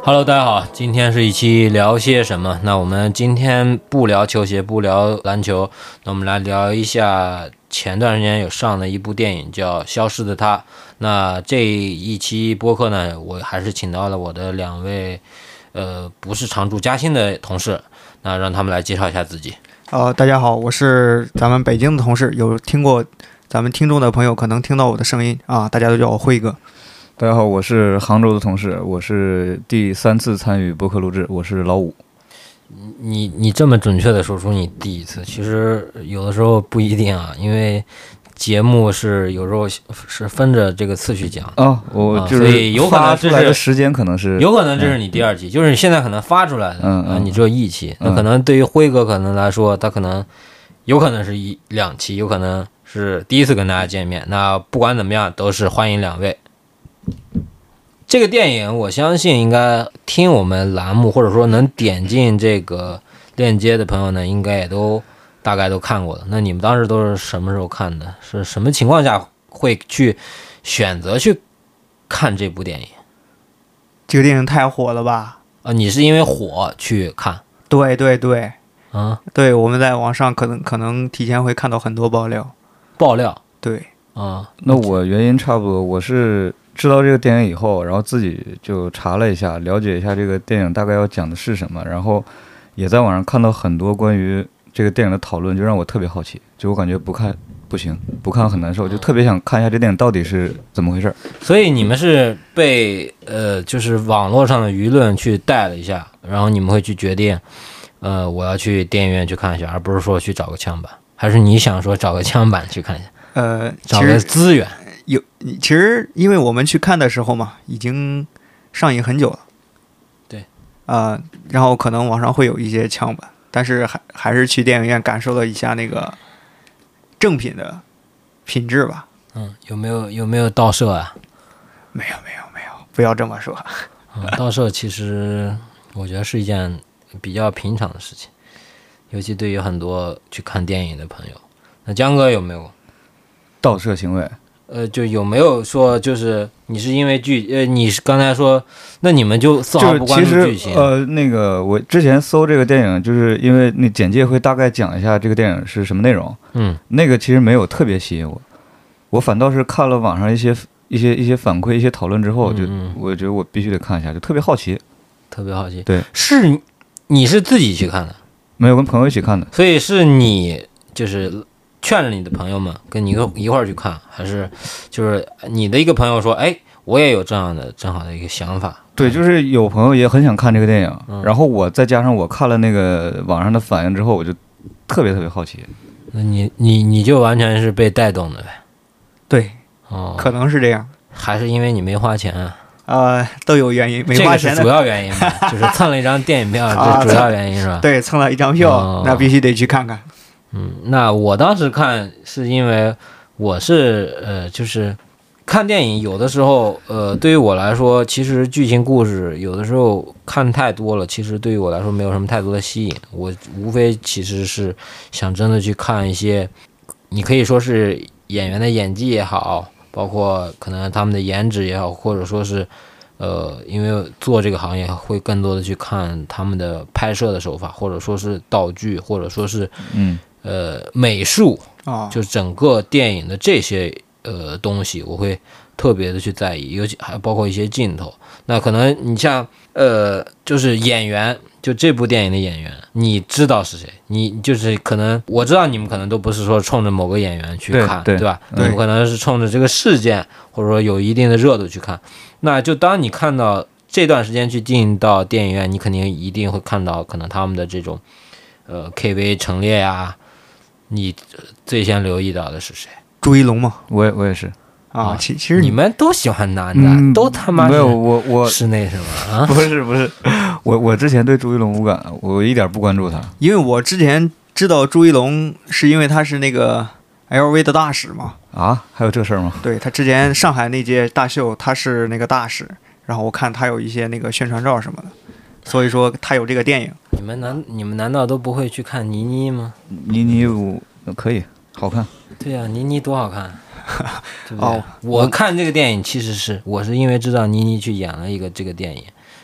Hello， 大家好，今天是一期聊些什么？那我们今天不聊球鞋，不聊篮球，那我们来聊一下前段时间有上的一部电影叫《消失的她》。那这一期播客呢，我还是请到了我的两位不是常驻嘉兴的同事，那让他们来介绍一下自己。 大家好，我是咱们北京的同事，有听过咱们听众的朋友可能听到我的声音啊，大家都叫我辉哥。 大家好，我是杭州的同事，我是第3次参与播客录制，我是老五。 你这么准确的说出你第一次，其实有的时候不一定啊，因为节目是有时候是分着这个次序讲我就是所以有可能发出来的时间可能是有可能这是你第二期，就是你现在可能发出来的，你只有一期，那可能对于辉哥可能来说，他可能有可能是2期，有可能是第一次跟大家见面。那不管怎么样，都是欢迎两位。这个电影我相信应该听我们栏目或者说能点进这个链接的朋友呢，应该也都大概都看过了。那你们当时都是什么时候看的？是什么情况下会去选择去看这部电影？ 这个电影太火了吧？ 你是因为火去看？ 对，对，我们在网上可能提前会看到很多爆料。对那我原因差不多，我是知道这个电影以后，然后自己就查了一下，了解一下这个电影大概要讲的是什么，然后也在网上看到很多关于这个电影的讨论，就让我特别好奇，就我感觉不看不行，不看很难受，就特别想看一下这电影到底是怎么回事。 所以你们是被就是网络上的舆论去带了一下，然后你们会去决定我要去电影院去看一下，而不是说去找个枪版，还是你想说找个枪版去看一下？找个资源。 其实因为我们去看的时候嘛，已经上映很久了。 对。 然后可能网上会有一些枪版，但是还是去电影院感受了一下那个正品的品质吧。 有没有盗摄啊？ 没有，不要这么说。 盗摄其实我觉得是一件比较平常的事情，尤其对于很多去看电影的朋友。那江哥有没有盗摄行为？ 就有没有说，就是你是因为你是刚才说，那你们就丝毫不关注剧情？ 那个我之前搜这个电影，就是因为那简介会大概讲一下这个电影是什么内容。那个其实没有特别吸引我，我反倒是看了网上一些反馈、一些讨论之后，我觉得我必须得看一下，就特别好奇。 对，是你是自己去看的？ 没有，跟朋友一起看的。 所以是你就是劝着你的朋友们跟你一块儿去看，还是就是你的一个朋友说，哎，我也有这样的正好的一个想法？ 对，就是有朋友也很想看这个电影，然后我再加上我看了那个网上的反应之后，我就特别好奇。 那你就完全是被带动的呗？ 对，可能是这样， 还是因为你没花钱啊？ 都有原因，没花钱这个是主要原因吧？就是蹭了一张电影票，这是主要原因是吧？ 对，蹭了一张票，那必须得去看看。 那我当时看是因为我是就是看电影有的时候对于我来说，其实剧情故事有的时候看太多了，其实对于我来说没有什么太多的吸引，我无非其实是想真的去看一些，你可以说是演员的演技也好，包括可能他们的颜值也好，或者说是因为做这个行业会更多的去看他们的拍摄的手法，或者说是道具，或者说是美术就整个电影的这些东西，我会特别的去在意，尤其还包括一些镜头。那可能你像就是演员，就这部电影的演员，你知道是谁？你就是可能我知道你们可能都不是说冲着某个演员去看，对吧？你们可能是冲着这个事件或者说有一定的热度去看。那就当你看到这段时间去进到电影院，你肯定一定会看到可能他们的这种KV 陈列呀。你最先留意到的是谁？ 朱一龙吗？ 我也是其实你们都喜欢男的，都他妈没有我是那什么啊？ 不是，我之前对朱一龙无感，我一点不关注他， 因为我之前知道朱一龙是因为他是那个 LV 的大使嘛。 还有这事儿吗？ 对，他之前上海那届大秀他是那个大使，然后我看他有一些那个宣传照什么的，所以说他有这个电影。 你们难道都不会去看倪妮吗？ 倪妮可以好看。 对啊，倪妮多好看。对不对？我看这个电影其实我是因为知道倪妮去演了一个这个电影，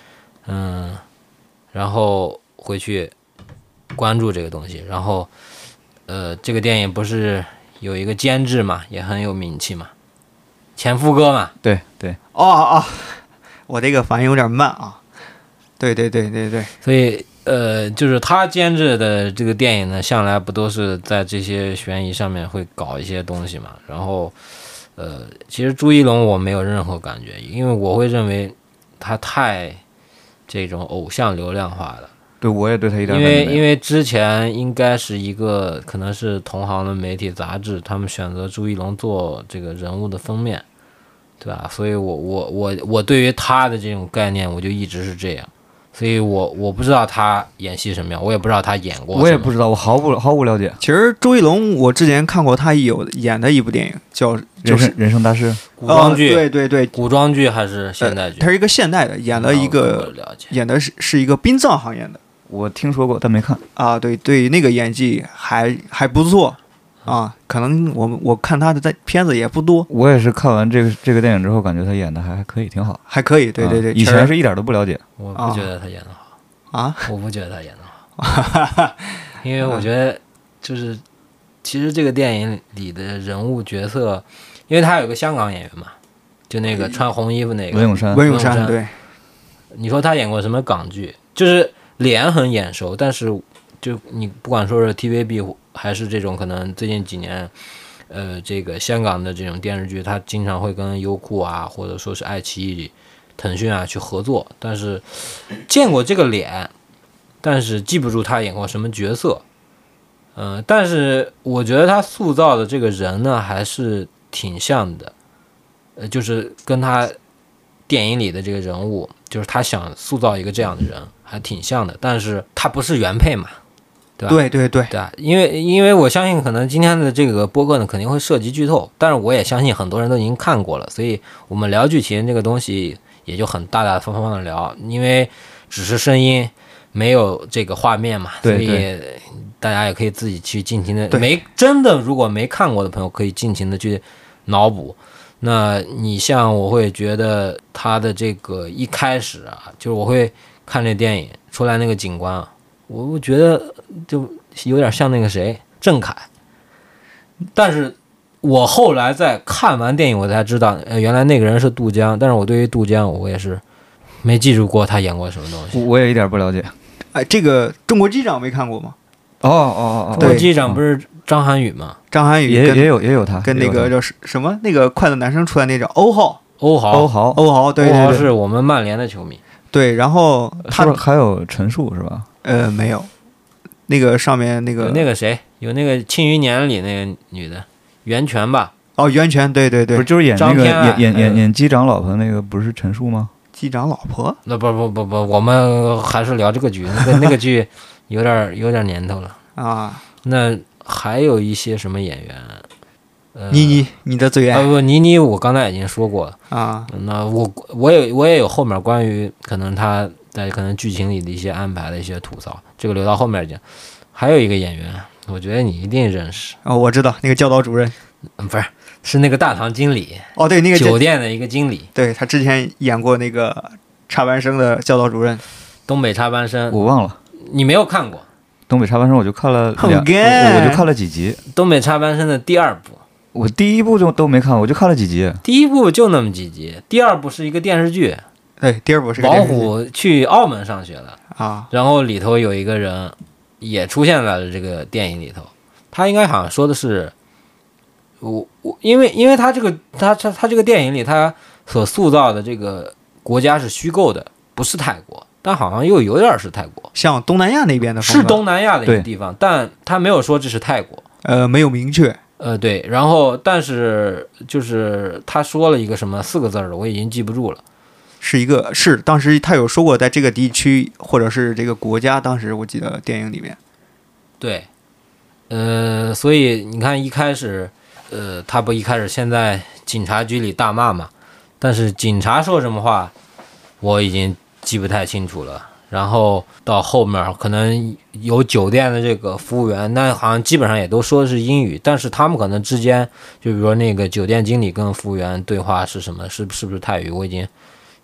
然后回去关注这个东西，然后这个电影不是有一个监制嘛，也很有名气嘛，前夫哥嘛， 对对， 我这个反应有点慢啊。对， 所以就是他监制的这个电影呢，向来不都是在这些悬疑上面会搞一些东西嘛。然后其实朱一龙我没有任何感觉，因为我会认为他太这种偶像流量化了。 对，我也对他一点因感觉没有。 为之前应该是一个可能是同行的媒体杂志，他们选择朱一龙做这个人物的封面，对吧？所以我对于他的这种概念，我就一直是这样。所以我不知道他演戏什么样，我也不知道他演过什么。 我也不知道，我毫无了解。 其实周一龙，我之前看过他演的一部电影，就是人生大事， 古装剧， 对， 古装剧还是现代剧？ 它是一个现代的，演的是一个殡葬行业的。 我听说过，但没看啊。对，那个演技还不错啊。可能我看他的片子也不多。 我也是看完这个电影之后，感觉他演的还可以，挺好， 还可以。对， 以前是一点都不了解。 我不觉得他演的好啊， 我不觉得他演的好，因为我觉得就是其实这个电影里的人物角色，因为他有个香港演员嘛，就那个穿红衣服那个文咏珊，对。 你说他演过什么港剧？就是脸很眼熟，但是就你不管说是 TVB 还是这种可能最近几年，这个香港的这种电视剧，他经常会跟优酷啊，或者说是爱奇艺、腾讯啊去合作，但是见过这个脸，但是记不住他演过什么角色。但是我觉得他塑造的这个人呢，还是挺像的，就是跟他电影里的这个人物，就是他想塑造一个这样的人，还挺像的。但是他不是原配嘛，对吧？对啊，因为我相信可能今天的这个播客呢肯定会涉及剧透，但是我也相信很多人都已经看过了，所以我们聊剧情这个东西也就很大方方的聊，因为只是声音没有这个画面嘛，所以大家也可以自己去尽情的如果没看过的朋友可以尽情的去脑补。那你像我会觉得他的这个一开始啊，就是我会看这电影出来那个警官，我觉得就有点像那个谁郑恺，但是我后来在看完电影我才知道，原来那个人是杜江，但是我对于杜江我也是没记住过他演过什么东西， 我也一点不了解。 这个中国机长没看过吗？ 中国机长不是张涵予吗？ 张涵予也有他， 跟那个叫什么那个快乐男生出来那叫欧豪，对， 欧豪是我们曼联的球迷。 对，然后他是不是还有陈数是吧？ 没有，那个上面那个谁有那个《庆余年》里那个女的袁泉吧？ 哦，袁泉，对， 不是就是演那个演机长老婆那个不是陈数吗？ 机长老婆？ 那不，我们还是聊这个剧，那个剧有点年头了啊。 那还有一些什么演员？ 倪你的最爱？ 倪我刚才已经说过了啊。 那我也有后面关于可能他在可能剧情里的一些安排的一些吐槽，这个留到后面讲。还有一个演员，我觉得你一定认识。 我知道那个教导主任， 不是那个大堂经理。 对，那个酒店的一个经理。 对，他之前演过那个插班生的教导主任。 东北插班生， 我忘了， 你没有看过。 东北插班生我就看了我就看了几集。 东北插班生的第二部， 我第一部就都没看，我就看了几集。 第一部就那么几集，第二部是一个电视剧。 对，第二部是个王虎去澳门上学了啊， 然后里头有一个人也出现在了这个电影里头，他应该好像说的是因为他这个电影里他所塑造的这个国家是虚构的，不是泰国。但好像又有点是泰国， 像东南亚那边的是东南亚的一个地方，但他没有说这是泰国， 没有明确， 对，然后但是就是他说了一个什么4个字的，我已经记不住了， 是当时他有说过，在这个地区或者是这个国家，当时我记得电影里面， 对，所以你看一开始，他不一开始先在警察局里大骂嘛，但是警察说什么话，我已经记不太清楚了，然后到后面可能有酒店的这个服务员，那好像基本上也都说的是英语，但是他们可能之间，就比如说那个酒店经理跟服务员对话是什么，是不是泰语，我已经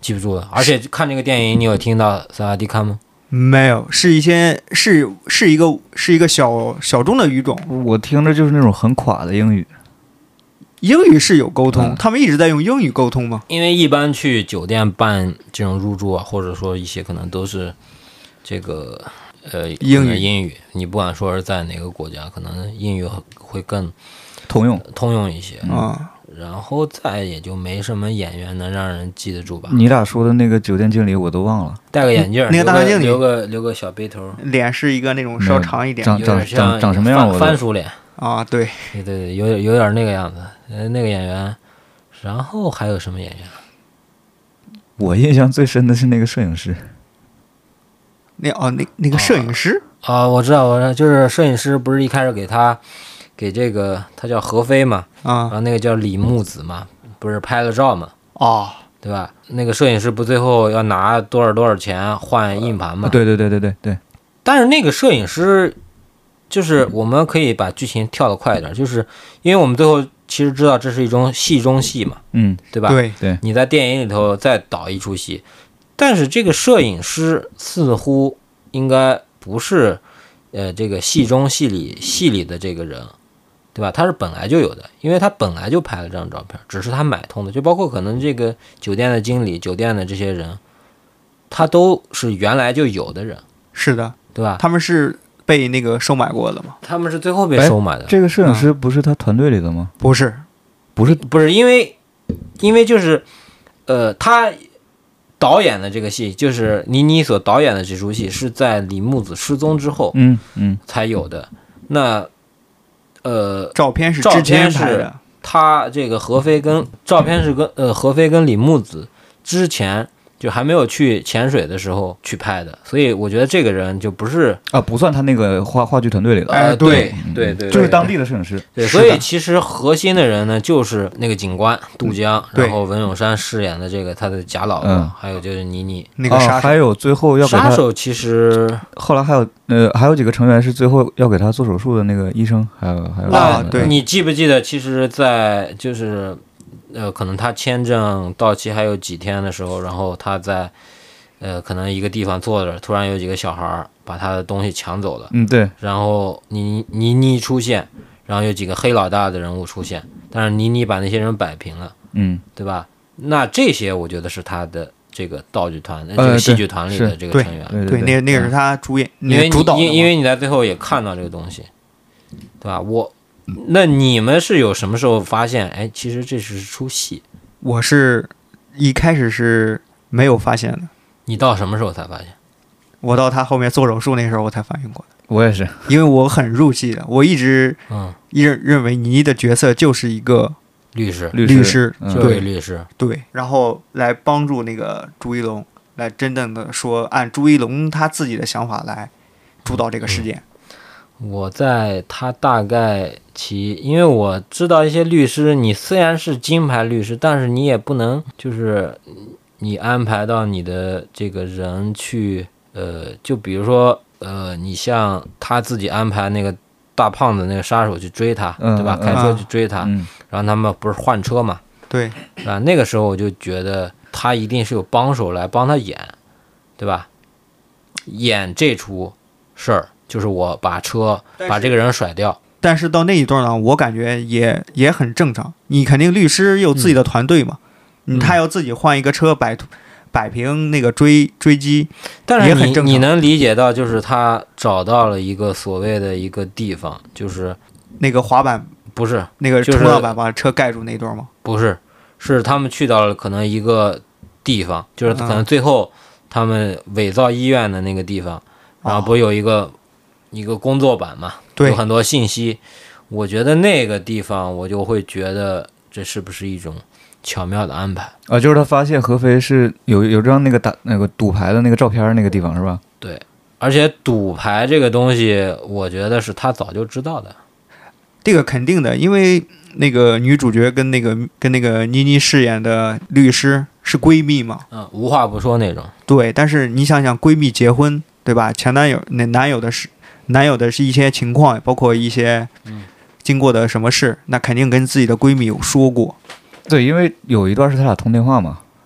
记不住了。而且看这个电影，你有听到萨瓦迪卡吗？ 没有，是一些是一个小众的语种。 我听着就是那种很垮的英语。 英语是有沟通，他们一直在用英语沟通吗？ 因为一般去酒店办这种入住啊，或者说一些可能都是这个英语，你不管说是在哪个国家，可能英语会更通用一些啊。 然后再也就没什么演员能让人记得住吧。 你俩说的那个酒店经理我都忘了， 戴个眼镜， 那个大堂经理留个小背头， 脸是一个那种稍长一点， 长什么样？ 番薯脸啊，对， 有点那个样子。那个演员，然后还有什么演员？ 我印象最深的是那个摄影师。 那个摄影师啊，我知道，就是摄影师，不是一开始给这个他叫何飞嘛， 啊， 然后那个叫李木子嘛，不是拍了照嘛， 哦， 对吧？那个摄影师不最后要拿多少钱换硬盘嘛？ 对。 但是那个摄影师，就是我们可以把剧情跳得快一点，就是因为我们最后其实知道这是一种戏中戏嘛，对吧？ 对， 你在电影里头再导一出戏，但是这个摄影师似乎应该不是这个戏中戏里的这个人，对吧？他是本来就有的，因为他本来就拍了这张照片，只是他买通的，就包括可能这个酒店的经理、酒店的这些人，他都是原来就有的人， 是的， 对吧？ 他们是被那个收买过的吗？ 他们是最后被收买的。 这个摄影师不是他团队里的吗？ 不是， 因为就是他导演的这个戏，就是倪所导演的这出戏，是在李木子失踪之后才有的。那照片是之前拍的， 他这个何飞跟照片是跟何飞跟李木子之前就还没有去潜水的时候去拍的，所以我觉得这个人就不是不算他那个话剧团队里的。 对， 就是当地的摄影师。 对，所以其实核心的人呢，就是那个警官杜江，然后文咏珊饰演的这个他的假老婆，还有就是倪那个杀手， 还有最后要给他杀手，其实后来还有几个成员是最后要给他做手术的那个医生，还有对， 你记不记得，其实在就是可能他签证到期还有几天的时候，然后他在可能一个地方坐着，突然有几个小孩把他的东西抢走了， 对， 然后倪出现，然后有几个黑老大的人物出现，但是倪把那些人摆平了，对吧？那这些我觉得是他的这个道具团，这个戏剧团里的这个成员， 对，那个是他主演， 主导的， 因为你在最后也看到这个东西，对吧？那你们是有什么时候发现？哎，其实这是出戏。 我是一开始是没有发现的。 你到什么时候才发现？ 我到他后面做手术那时候我才反应过来。 我也是， 因为我很入戏的，我一直认为倪的角色就是一个律师， 对， 律师， 对，然后来帮助那个朱一龙，来真正的说按朱一龙他自己的想法来主导这个事件。 我在他大概因为我知道一些律师，你虽然是金牌律师，但是你也不能就是你安排到你的这个人去，就比如说你像他自己安排那个大胖子那个杀手去追他，对吧？开车去追他，然后他们不是换车嘛？ 对， 啊，那个时候我就觉得他一定是有帮手来帮他演，对吧？演这出事儿。就是我把这个人甩掉， 但是到那一段呢，我感觉也很正常。你肯定律师有自己的团队嘛，他要自己换一个车摆平那个追击， 但是也很正常。 你能理解到，就是他找到了一个所谓的一个地方，就是那个滑板， 不是那个冲浪板把车盖住那段吗？ 不是，是他们去到了可能一个地方，就是可能最后他们伪造医院的那个地方，然后不有一个工作板嘛，有很多信息。我觉得那个地方我就会觉得这是不是一种巧妙的安排就是他发现何飞是有张那个赌牌的那个照片那个地方是吧？ 对，而且赌牌这个东西，我觉得是他早就知道的。 这个肯定的，因为那个女主角跟那个倪饰演的律师是闺蜜嘛， 无话不说那种。 对，但是你想想，闺蜜结婚，对吧？前男友男友的是一些情况，包括一些经过的什么事，那肯定跟自己的闺蜜有说过。 对，因为有一段是他俩通电话嘛。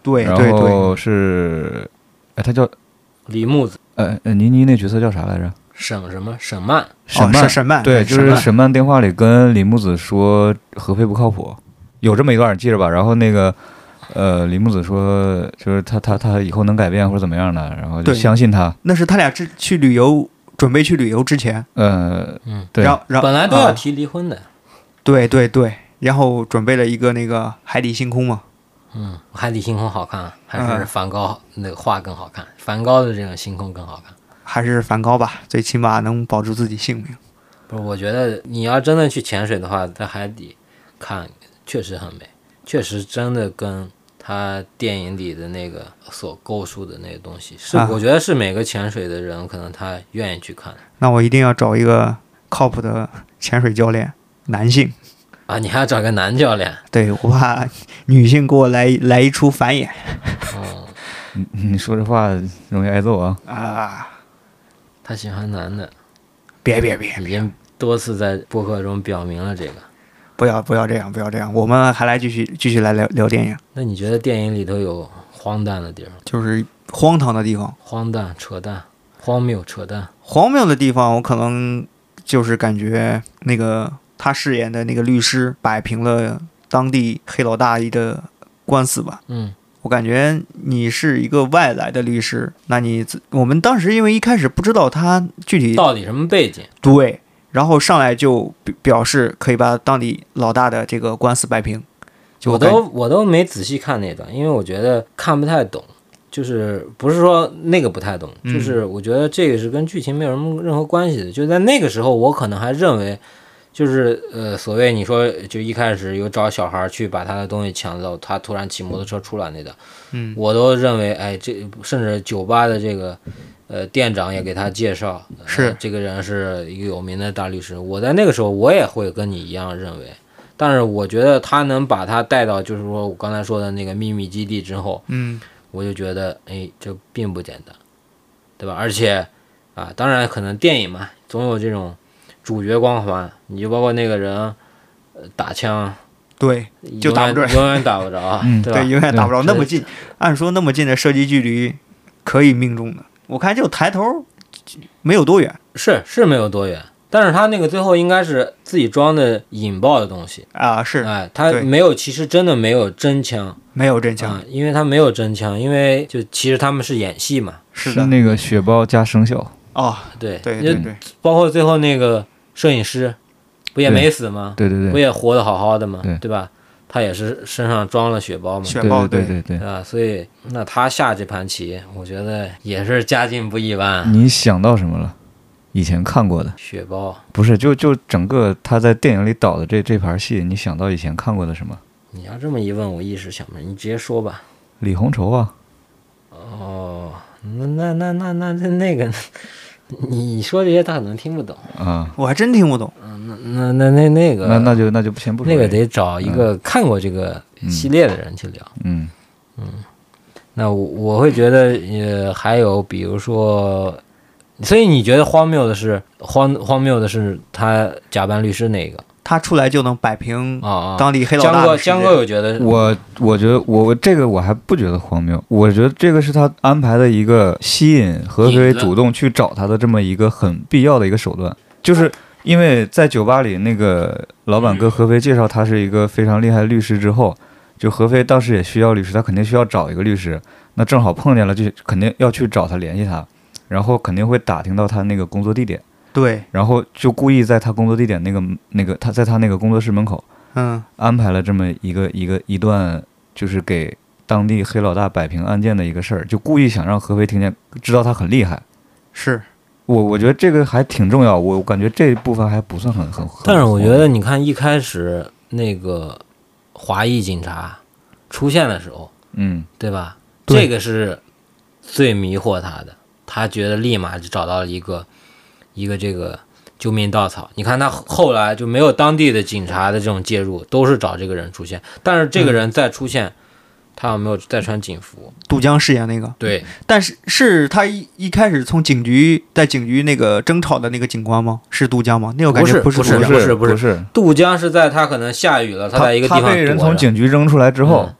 然对对对， 后是，他叫李木子倪妮那角色叫啥来着？ 沈什么沈曼， 沈曼， 沈曼， 对，就是沈曼沈曼电话里跟李木子说何非不靠谱，有这么一段记着吧？然后那个李木子说就是他以后能改变或者怎么样的，然后就对相信他。 那是他俩去旅游，准备去旅游之前， 对， 然后本来都要提离婚的。 对对对，然后准备了一个那个海底星空嘛。 海底星空好看，还是梵高那个画更好看？梵高的这种星空更好看。 还是梵高吧，最起码能保住自己性命。 不是，我觉得你要真的去潜水的话，在海底看确实很美，确实真的跟他电影里的那个所构筑的那个东西，是我觉得是每个潜水的人可能他愿意去看。 那我一定要找一个靠谱的潜水教练，男性啊！你还要找个男教练？ 对，我怕女性给我来一出反演。 你说这话容易挨揍啊！ 他喜欢男的， 别， 已经多次在播客中表明了这个。 不要这样，不要这样，我们还来继续来聊电影。 那你觉得电影里头有荒诞的地方？ 就是荒唐的地方， 荒诞、扯淡、荒谬、扯淡。 荒谬的地方，我可能就是感觉那个他饰演的那个律师摆平了当地黑老大的官司吧。我感觉你是一个外来的律师，那我们当时因为一开始不知道他具体到底什么背景， 对，然后上来就表示可以把当地老大的这个官司摆平。 我都没仔细看那段，因为我觉得看不太懂，就是不是说那个不太懂，就是我觉得这个是跟剧情没有任何关系的。就在那个时候，我可能还认为。就是所谓你说就一开始有找小孩去把他的东西抢走，他突然骑摩托车出来那的，我都认为这甚至酒吧的这个店长也给他介绍， 是这个人是一个有名的大律师。我在那个时候我也会跟你一样认为，但是我觉得他能把他带到就是说我刚才说的那个秘密基地之后，我就觉得这并不简单，对吧？而且当然可能电影嘛，总有这种主角光环，你就包括那个人打枪， 对，就打不准， 永远打不着，对吧？ 对，永远打不着，那么近，按说那么近的射击距离可以命中的，我看就抬头没有多远， 是没有多远，但是他那个最后应该是自己装的引爆的东西是， 他没有，其实真的没有真枪， 没有真枪， 因为他没有真枪，因为就其实他们是演戏嘛， 是那个血包加声效， 对， 包括最后那个摄影师不也没死吗？ 对， 不也活得好好的吗？ 对吧？他也是身上装了血包嘛， 血包， 对啊，所以那他下这盘棋，我觉得也是家境不一般。 你想到什么了？以前看过的血包不是，就整个他在电影里导的这盘戏，你想到以前看过的什么？ 你要这么一问，我一时想不起来，你直接说吧。 李红绸啊。 哦，那个。你说这些他可能听不懂我还真听不懂。 那个那就先不说那个得找一个看过这个系列的人去聊。那我会觉得还有比如说，所以你觉得荒谬的是他假扮律师那个。 他出来就能摆平当地黑老大。 江哥有觉得？ 我觉得我这个我还不觉得荒谬，我觉得这个是他安排的一个吸引何非主动去找他的这么一个很必要的一个手段，就是因为在酒吧里那个老板跟何非介绍他是一个非常厉害的律师之后，就何非当时也需要律师，他肯定需要找一个律师，那正好碰见了，就肯定要去找他联系他，然后肯定会打听到他那个工作地点。 对， 然后就故意在他工作地点那个他在他那个工作室门口，安排了这么一段，就是给当地黑老大摆平案件的一个事儿，就故意想让何非听见，知道他很厉害。 是， 我觉得这个还挺重要，我感觉这一部分还不算很。 但是我觉得你看一开始那个华裔警察出现的时候，对吧？这个是最迷惑他的，他觉得立马就找到了一个这个救命稻草。你看他后来就没有当地的警察的这种介入，都是找这个人出现，但是这个人再出现，他有没有再穿警服？ 杜江饰演那个， 对， 但是他一开始从警局那个争吵的那个警官吗？是杜江吗？那我感觉不是， 杜江是在他可能下雨了，他在一个地方他被人从警局扔出来之后，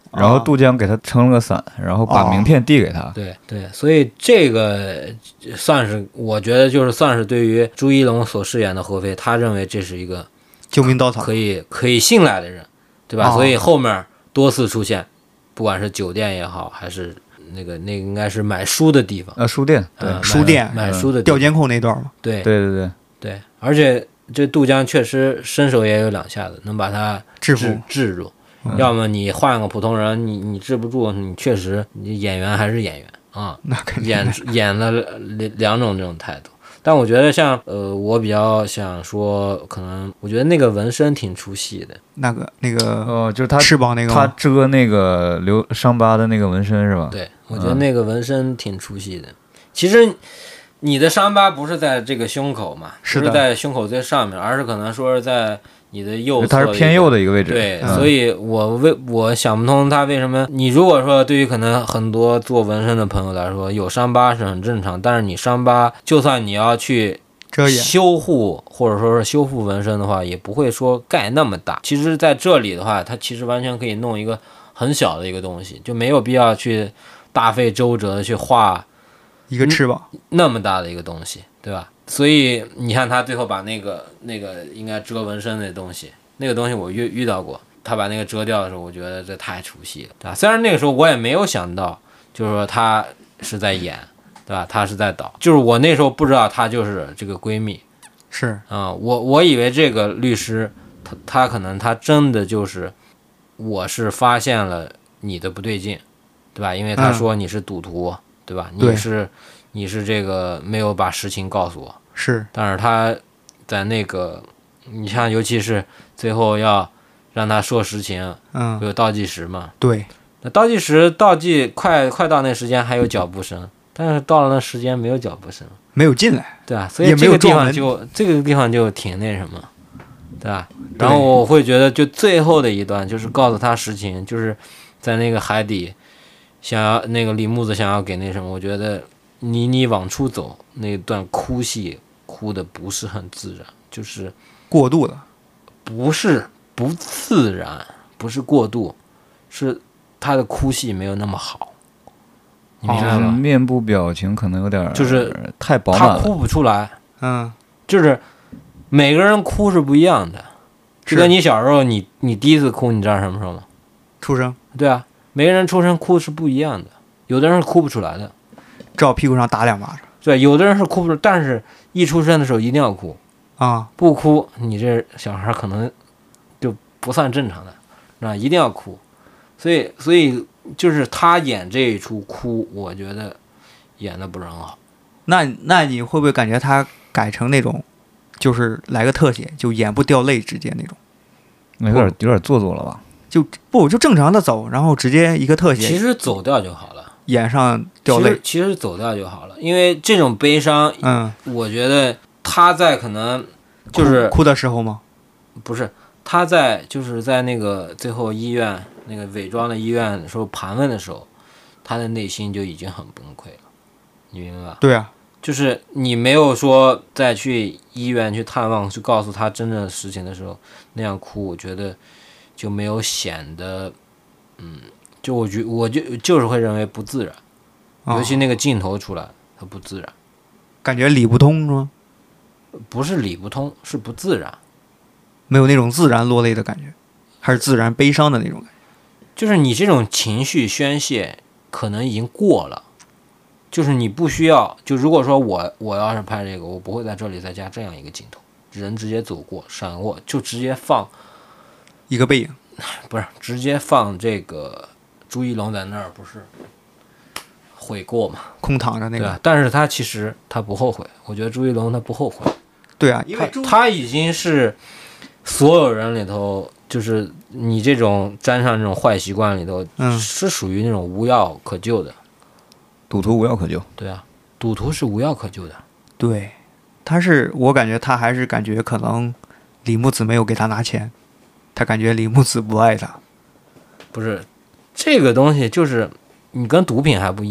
然后杜江给他撑了个伞，然后把名片递给他。 对对，所以这个算是我觉得就是算是对于朱一龙所饰演的何非，他认为这是一个救命稻草， 可以信赖的人，对吧？所以后面多次出现，不管是酒店也好，还是那个应该是买书的地方， 书店，对， 书店买书的地方调监控那段嘛。 对对对对对，而且这杜江确实身手也有两下子，能把他制服制住。要么你换个普通人，你治不住，你确实你演员还是演员啊， 那肯定演了两种这种态度。但我觉得像我比较想说，可能我觉得那个纹身挺出戏的。 那个就是他翅膀那个他遮那个伤疤的那个纹身是吧？ 对，我觉得那个纹身挺出戏的。其实你的伤疤不是在这个胸口嘛，不是在胸口最上面，而是可能说是在你的右侧， 它是偏右的一个位置。 对，所以我想不通他为什么。你如果说对于可能很多做纹身的朋友来说，有伤疤是很正常，但是你伤疤就算你要去修护或者说是修复纹身的话，也不会说盖那么大。其实在这里的话，它其实完全可以弄一个很小的一个东西，就没有必要去大费周折的去画一个翅膀那么大的一个东西，对吧？所以你看他最后把那个应该遮纹身的东西，那个东西我遇到过，他把那个遮掉的时候，我觉得这太出戏了，对吧？虽然那个时候我也没有想到，就是说他是在演，对吧？他是在导，就是我那时候不知道他就是这个闺蜜， 是啊、我以为这个律师他可能他真的就是我是发现了你的不对劲，对吧？因为他说你是赌徒，对吧？你是这个没有把实情告诉我， 是， 但是他在那个，你像尤其是最后要让他说实情，不有倒计时嘛？ 对， 那倒计快到那时间还有脚步声，但是到了那时间没有脚步声， 没有进来， 对吧？所以这个地方就挺那什么，对吧？然后我会觉得，就最后的一段就是告诉他实情，就是在那个海底。想要那个李木子想要给那什么，我觉得你往出走那段哭戏哭的不是很自然，就是过度了， 不是不自然，不是过度，是他的哭戏没有那么好，你明白吗？ 面部表情可能有点就是太饱满了， 他哭不出来， 就是每个人哭是不一样的，就跟你小时候你第一次哭，你知道什么时候吗？ 出生， 对啊。每个人出生哭是不一样的，有的人是哭不出来的， 照屁股上打2巴掌。 对，有的人是哭不出，但是一出生的时候一定要哭啊， 不哭你这小孩可能就不算正常的，那一定要哭。所以就是他演这一出哭，我觉得演的不是很好。 那你会不会感觉他改成那种，就是来个特写，就眼部掉泪直接那种？ 有点做作了吧？ 就正常的走，然后直接一个特写， 其实走掉就好了， 眼上掉泪， 其实走掉就好了，因为这种悲伤，我觉得他在可能就是哭的时候吗？ 不是，他在就是在那个最后医院那个伪装的医院的时候盘问的时候，他的内心就已经很崩溃了，你明白吧？ 对啊， 就是你没有说再去医院去探望，去告诉他真正的事情的时候那样哭，我觉得。就没有显得，就我就是会认为不自然，尤其那个镜头出来，它不自然， 感觉理不通是吗？ 不是理不通，是不自然， 没有那种自然落泪的感觉，还是自然悲伤的那种感觉。 就是你这种情绪宣泄可能已经过了，就是你不需要，就如果说我要是拍这个，我不会在这里再加这样一个镜头，人直接走过闪过，就直接放。 一个背影， 不是直接放这个朱一龙在那儿，不是悔过嘛？ 空躺着那个， 对啊。但是他其实他不后悔，我觉得朱一龙他不后悔。 对啊，因为他已经是所有人里头，就是你这种沾上这种坏习惯里头，是属于那种无药可救的。 赌徒无药可救。 对啊，赌徒是无药可救的。 对，我感觉他还是感觉可能李木子没有给他拿钱。他感觉李木子不爱他， 不是这个东西，就是你跟毒品还不一样。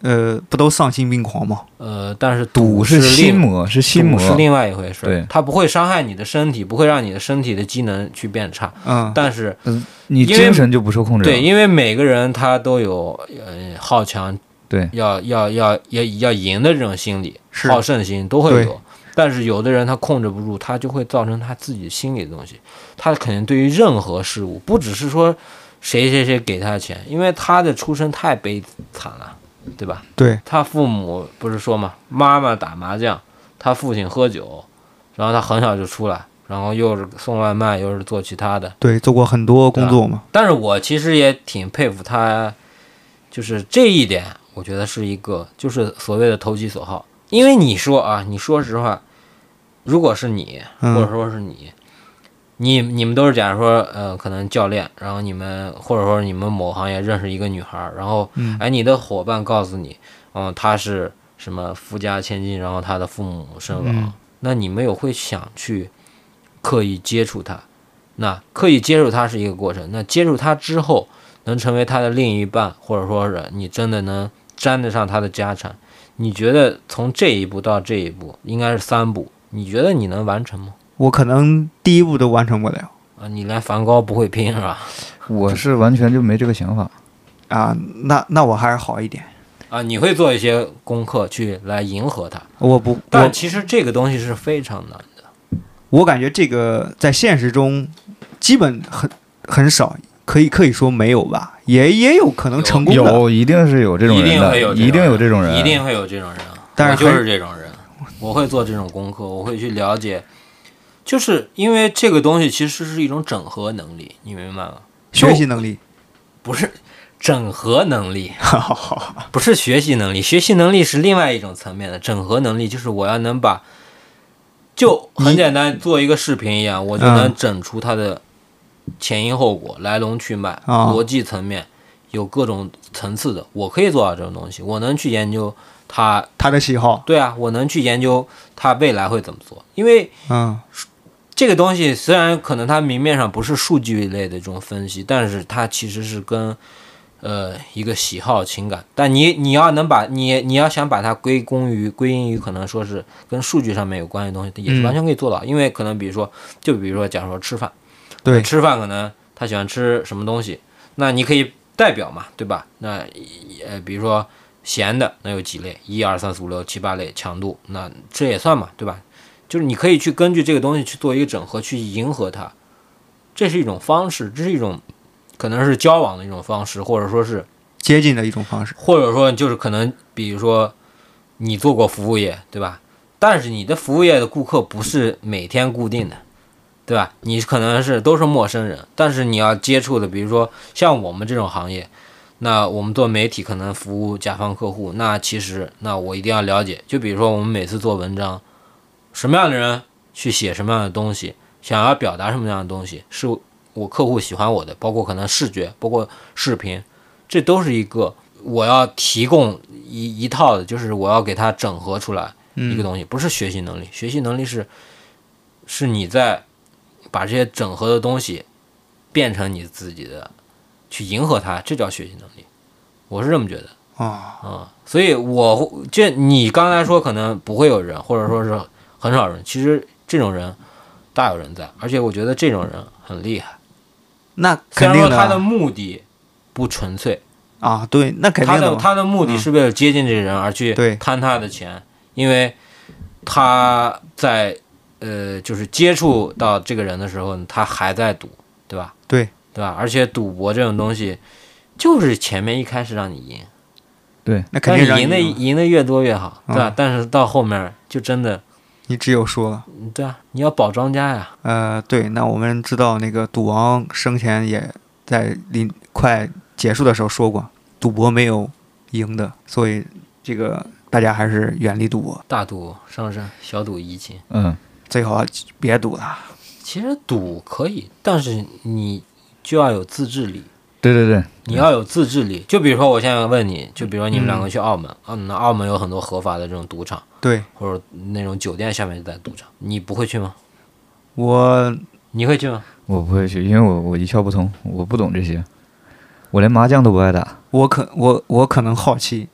不都丧心病狂吗？ 但是赌是心魔，是心魔， 是另外一回事。 对， 它不会伤害你的身体，不会让你的身体的机能去变差。但是你精神就不受控制了。 对，因为每个人他都有好强， 对， 要赢的这种心理，好胜心都会有。但是有的人他控制不住，他就会造成他自己心里的东西。他肯定对于任何事物，不只是说谁给他钱，因为他的出身太悲惨了。对吧？ 对， 他父母不是说嘛，妈妈打麻将，他父亲喝酒，然后他很小就出来，然后又是送外卖，又是做其他的， 对，做过很多工作嘛。 但是我其实也挺佩服他，就是这一点，我觉得是一个就是所谓的投其所好。因为你说实话，如果是你，或者说是你们都是假如说可能教练，然后你们或者说你们某行业认识一个女孩，然后你的伙伴告诉你，她是什么富家千金，然后她的父母身亡，那你们有会想去刻意接触她？那刻意接触她是一个过程，那接触她之后能成为她的另一半，或者说是你真的能沾得上她的家产，你觉得从这一步到这一步应该是3步，你觉得你能完成吗？ 我可能第一步都完成不了啊！你连梵高不会拼是吧？ 我是完全就没这个想法啊。那我还是好一点啊。你会做一些功课去来迎合他？ 我不， 但其实这个东西是非常难的。 我感觉这个在现实中基本很少，可以说没有吧，也有可能成功的。 有，一定是有这种人的，一定有这种人， 一定会有这种人。 但是我就是这种人，我会做这种功课，我会去了解。就是因为这个东西其实是一种整合能力，你明白吗？ 学习能力不是整合能力，不是学习能力，学习能力是另外一种层面的。整合能力就是我要能把，就很简单，做一个视频一样，我就能整出它的前因后果、来龙去脉、逻辑层面，有各种层次的，我可以做到这种东西。我能去研究他的喜好， 对啊，我能去研究他未来会怎么做，因为这个东西虽然可能它明面上不是数据类的这种分析，但是它其实是跟一个喜好情感，但你要能把你要想把它归因于可能说是跟数据上面有关系的东西，也是完全可以做到。因为可能比如说假如说吃饭， 对， 吃饭可能他喜欢吃什么东西，那你可以代表嘛，对吧？那比如说咸的那有几类，1、2、3、4、5、6、7、8类强度，那这也算嘛，对吧？就是你可以去根据这个东西去做一个整合，去迎合它，这是一种方式，这是一种可能是交往的一种方式，或者说是接近的一种方式， 或者说就是可能比如说你做过服务业，对吧？但是你的服务业的顾客不是每天固定的，对吧？你可能都是陌生人，但是你要接触的，比如说像我们这种行业，那我们做媒体可能服务甲方客户，那其实那我一定要了解，就比如说我们每次做文章，什么样的人去写什么样的东西，想要表达什么样的东西，是我客户喜欢我的，包括可能视觉，包括视频，这都是一个我要提供一套的，就是我要给它整合出来一个东西，不是学习能力。学习能力是你在把这些整合的东西变成你自己的，去迎合它，这叫学习能力。我是这么觉得所以你刚才说可能不会有人，或者说是很少人，其实这种人大有人在，而且我觉得这种人很厉害。 那肯定的， 虽然说他的目的不纯粹啊，对，那肯定的， 他的目的是为了接近这个人而去贪他的钱，因为他在就是接触到这个人的时候，他还在赌，对吧？ 对吧？而且赌博这种东西，就是前面一开始让你赢， 对， 那肯定让你赢的越多越好，对吧？但是到后面就真的。 你只有输了， 对啊，你要保庄家呀。 对，那我们知道那个赌王生前也在快结束的时候说过，赌博没有赢的，所以这个大家还是远离赌博。 大赌伤身，小赌怡情。 最好别赌了。 其实赌可以，但是你就要有自制力。 对， 你要有自制力。就比如说我现在问你，就比如说你们两个去澳门，那澳门有很多合法的这种赌场， 对， 或者那种酒店下面就在赌场，你不会去吗？你会去吗？ 我不会去，因为我一窍不通，我不懂这些，我连麻将都不爱打。 我可能好奇，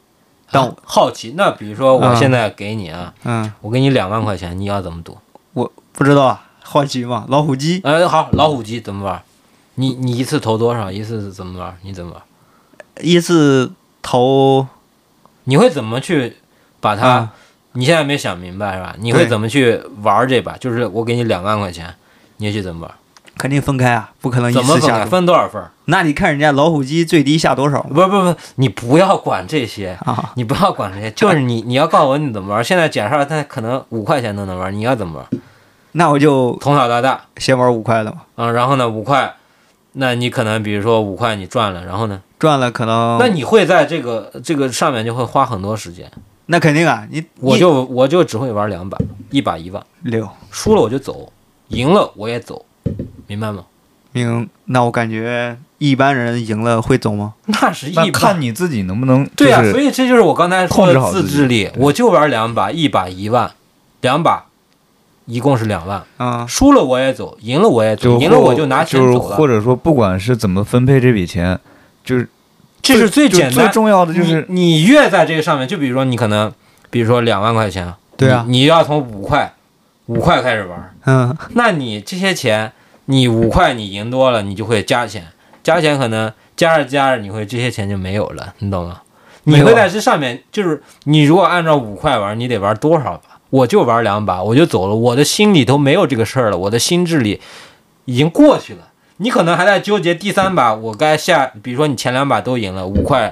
但好奇，那比如说我现在给你啊，我给你2万块钱，你要怎么赌？ 我不知道啊，好奇嘛，老虎机。 好，老虎机怎么玩？你一次投多少？一次怎么玩？你怎么玩？ 一次投， 你会怎么去把它？你现在没想明白是吧？你会怎么去玩这把？就是我给你2万块钱，你去怎么玩？ 肯定分开啊，不可能一次下。 怎么分开？分多少份？ 那你看人家老虎机最低下多少？ 不，你不要管这些啊！ 你不要管这些，就是你要告诉我你怎么玩。现在假设他可能5块钱都能玩，你要怎么玩？ 那我就从小到大先玩5块的嘛。 然后呢，5块，那你可能比如说5块你赚了，然后呢？ 赚了可能。 那你会在这个上面就会花很多时间。 那肯定啊， 我就只会玩2把，1把1万 ，6， 输了我就走，赢了我也走，明白吗？ 那我感觉一般人赢了会走吗？ 那看你自己能不能。 对啊，所以这就是我刚才说的自制力。 我就玩2把，1把1万，2把一共是2万。输了我也走，赢了我也走，赢了我就拿钱走了。 或者说，不管是怎么分配这笔钱，就是这是最简单、 最重要的就是你越在这个上面，就比如说你可能，比如说2万块钱， 对啊， 你要从5块开始玩，那你这些钱。你5块你赢多了，你就会加钱可能加着你会这些钱就没有了，你懂吗？你会在这上面，就是你如果按照5块玩，你得玩多少把？我就玩2把，我就走了，我的心里头没有这个事儿了，我的心智里已经过去了。你可能还在纠结第3把我该下，比如说你前2把都赢了5块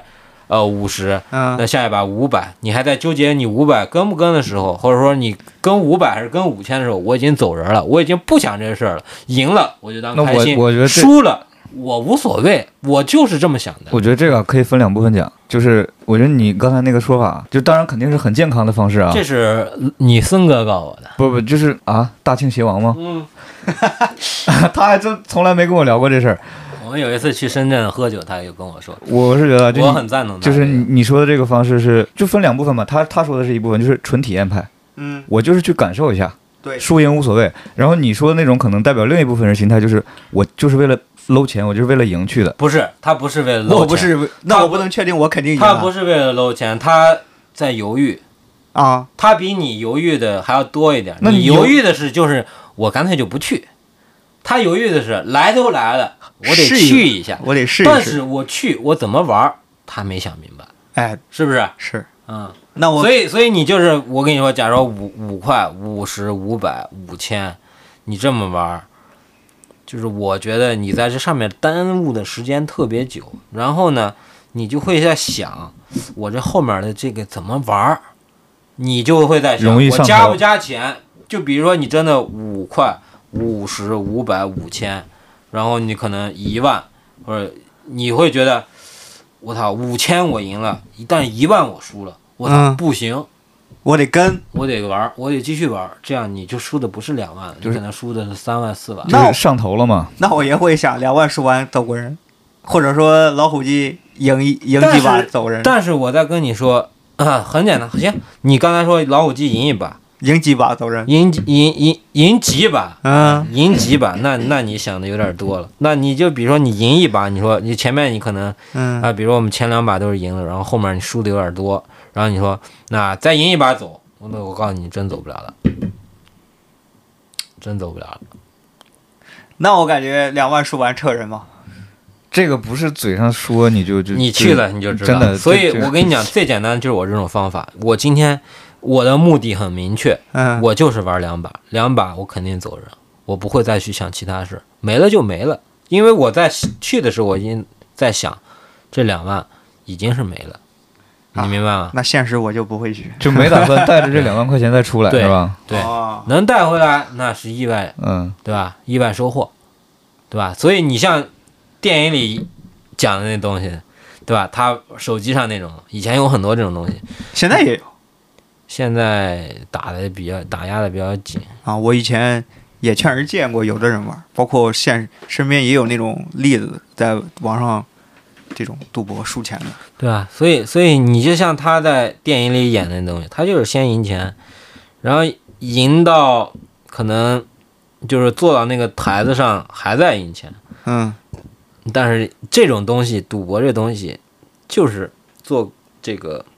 ，50，那下一把500，你还在纠结你500跟不跟的时候，或者说你跟500还是跟5000的时候，我已经走人了，我已经不想这个事儿了。赢了我就当开心， 我觉得输了我无所谓，我就是这么想的。 我觉得这个可以分2部分讲，就是我觉得你刚才那个说法，就当然肯定是很健康的方式啊。 这是你森哥告诉我的。 不，就是大庆邪王吗？他还真从来没跟我聊过这事儿。 我们有一次去深圳喝酒，他也跟我说， 我是觉得我很赞同他， 就是你说的这个方式就分2部分嘛。他说的是一部分，就是纯体验派，我就是去感受一下， 对， 输赢无所谓。然后你说的那种可能代表另一部分人心态，就是我就是为了搂钱，我就是为了赢去的。 不是，他不是为了搂钱， 我不是，那我不能确定我肯定赢。 他不是为了搂钱，他在犹豫啊， 他比你犹豫的还要多一点。你犹豫的是就是我干脆就不去。他犹豫的是来都来了，我得去一下， 我得试一试。 但是我去，我怎么玩，他没想明白。 哎， 是不是？ 是， 那我所以你就是我跟你说，假如5块、50、500、5000，你这么玩，就是我觉得你在这上面耽误的时间特别久，然后呢，你就会在想，我这后面的这个怎么玩，你就会在想，我加不加钱？就比如说你真的5块。50、500、5000，然后你可能1万，或者你会觉得，我操，5000我赢了，但1万我输了，我操，不行， 我得跟， 我得玩，我得继续玩，这样你就输的不是2万，你可能输的是3万、4万， 就是上头了嘛。 那我也会想2万输完走过人，或者说老虎机赢几把走人。 但是我再跟你说，很简单，行，你刚才说老虎机赢1把。 赢几把走人， 赢几把，赢几把，那你想的有点多了。那你就比如说你赢1把，你说你前面你可能，比如说我们前2把都是赢了，然后后面你输的有点多，然后你说那再赢1把走，那我告诉你真走不了了，真走不了了。 那我感觉2万输完撤人嘛。 这个不是嘴上说你就你去了你就知道， 真的。 所以我跟你讲，最简单的就是我这种方法。我今天我的目的很明确，我就是玩2把我肯定走人，我不会再去想其他事，没了就没了。因为我在去的时候，我已经在想，这2万已经是没了，你明白吗？ 那现实我就不会去， 就没打算带着这2万块钱再出来，是吧？ 对，能带回来那是意外，对吧？意外收获，对吧？所以你像电影里讲的那东西，对吧？他手机上那种，以前有很多这种东西， 现在也有。 现在打压的比较紧啊！我以前也确实见过有的人玩，包括身边也有那种例子，在网上这种赌博输钱的， 对吧？所以你就像他在电影里演的那东西，他就是先赢钱，然后赢到可能就是坐到那个台子上还在赢钱，但是这种东西，赌博这东西就是做这个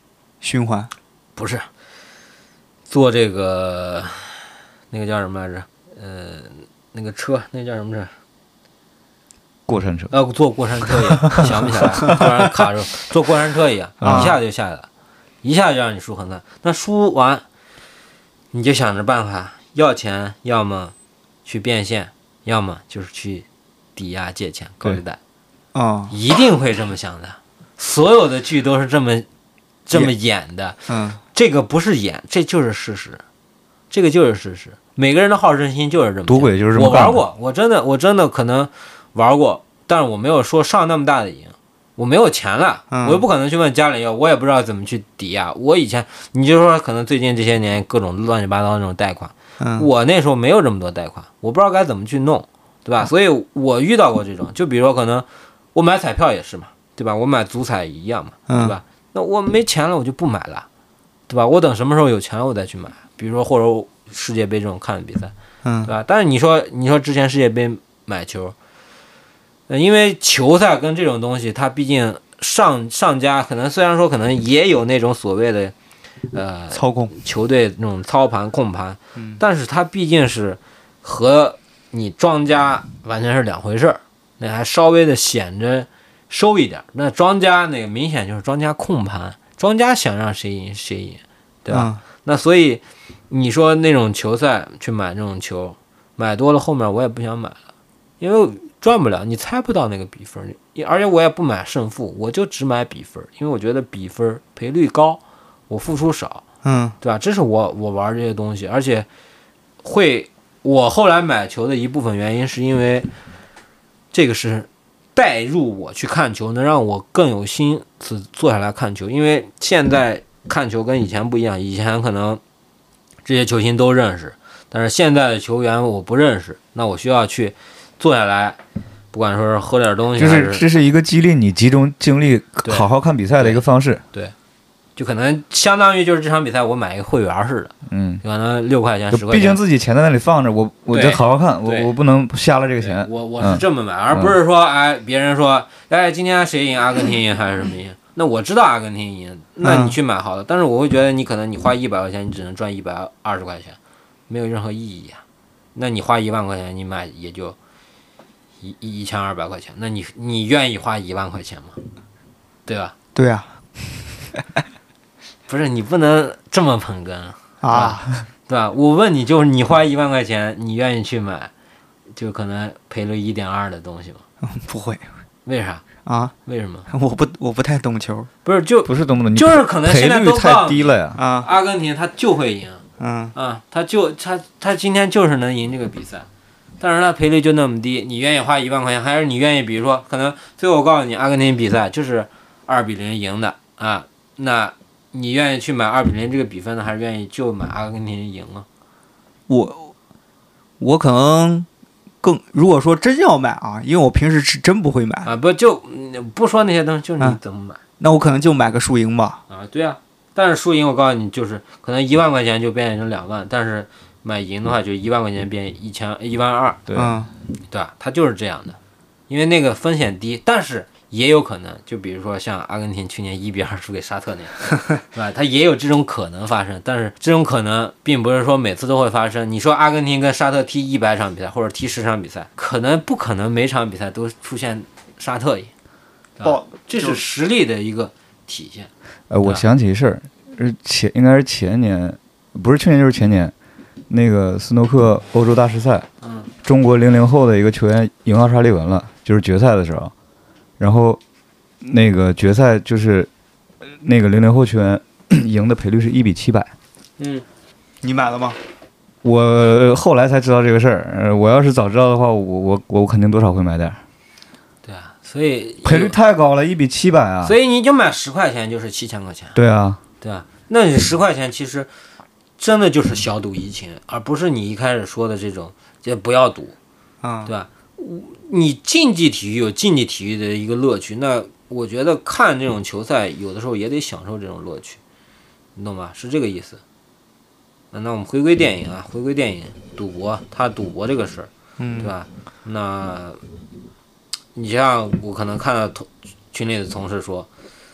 循环？ 不是，坐这个那个叫什么来着？那个车，那叫什么车？ 过山车。 坐过山车一样，想不起来，突然卡住。坐过山车一样，一下就下来了，一下就让你输很惨。那输完，你就想着办法要钱，要么去变现，要么就是去抵押借钱高利贷。一定会这么想的。所有的剧都是这么演的。这个不是演，这就是事实，这个就是事实。每个人的好胜心就是这么。 赌鬼就是这么。 我玩过，我真的可能玩过，但是我没有说上那么大的瘾，我没有钱了，我又不可能去问家里要，我也不知道怎么去抵押。我以前你就说可能最近这些年各种乱七八糟的那种贷款，我那时候没有这么多贷款，我不知道该怎么去弄，对吧？所以我遇到过这种，就比如说可能我买彩票也是嘛，对吧？我买足彩一样嘛，对吧？那我没钱了，我就不买了，对吧？我等什么时候有钱了我再去买，比如说或者世界杯这种看比赛，对吧？但是你说之前世界杯买球，因为球赛跟这种东西，它毕竟上家可能虽然说可能也有那种所谓的操控球队那种操盘控盘，但是它毕竟是和你庄家完全是两回事儿，那还稍微的显着收一点。那庄家那个明显就是庄家控盘，庄家想让谁赢谁赢，对吧？那所以你说那种球赛去买这种球，买多了后面我也不想买了，因为赚不了，你猜不到那个比分，而且我也不买胜负，我就只买比分，因为我觉得比分赔率高，我付出少，对吧？这是我玩这些东西，而且我后来买球的一部分原因是因为这个是带入我去看球，能让我更有心思坐下来看球，因为现在看球跟以前不一样，以前可能这些球星都认识，但是现在的球员我不认识，那我需要去坐下来，不管说是喝点东西， 这是一个激励你集中精力好好看比赛的一个方式。 对，就可能相当于就是这场比赛我买一个会员似的，可能6块钱10块钱， 毕竟自己钱在那里放着，我得好好看，我不能瞎了这个钱。 我是这么买，而不是说别人说今天谁赢，阿根廷赢还是什么赢，那我知道阿根廷赢，那你去买好了，但是我会觉得你可能你花100块钱，你只能赚120块钱，没有任何意义啊。那你花1万块钱，你买也就1200块钱，那你愿意花1万块钱吗？对吧？ 对啊。 不是，你不能这么捧哏啊， 对吧？我问你，就是你花1万块钱，你愿意去买，就可能赔了1.2的东西吗？ 不会。 为啥啊？ 为什么？ 我不太懂球。 不是懂不懂， 就是可能现在都太低了呀。 阿根廷他就会赢，他今天就是能赢这个比赛，但是他赔率就那么低，你愿意花1万块钱，还是你愿意，比如说可能最后我告诉你，阿根廷比赛就是2-0赢的啊，那你愿意去买2-0这个比分呢，还是愿意就买阿根廷赢啊？ 我可能如果说真要买啊，因为我平时是真不会买啊，不说那些东西，就是你怎么买， 那我可能就买个输赢吧。 对啊，但是输赢我告诉你，就是可能1万块钱就变成2万，但是买赢的话就1万块钱变12000， 对， 对吧？它就是这样的，因为那个风险低，但是也有可能，就比如说像阿根廷去年1-2输给沙特那样，对吧？它也有这种可能发生，但是这种可能并不是说每次都会发生。你说阿根廷跟沙特踢100场比赛，或者踢10场比赛，不可能每场比赛都出现沙特赢，这是实力的一个体现。 我想起一事儿，应该是前年，不是去年就是前年，那个斯诺克欧洲大师赛，中国00后的一个球员赢奥沙利文了，就是决赛的时候。然后那个决赛就是那个00后球员赢的赔率是1:700。 你买了吗？ 我后来才知道这个事儿。我要是早知道的话，我肯定多少会买点。 对啊，所以赔率太高了，1:700啊！ 所以你就买10块钱就是7000块钱。 对啊， 对啊，那你10块钱其实真的就是小赌怡情，而不是你一开始说的这种就不要赌，对吧？你竞技体育有竞技体育的一个乐趣，那我觉得看这种球赛有的时候也得享受这种乐趣，你懂吧？是这个意思。那我们回归电影啊，赌博，他赌博这个事儿，对吧？那你像我可能看到群里的同事说，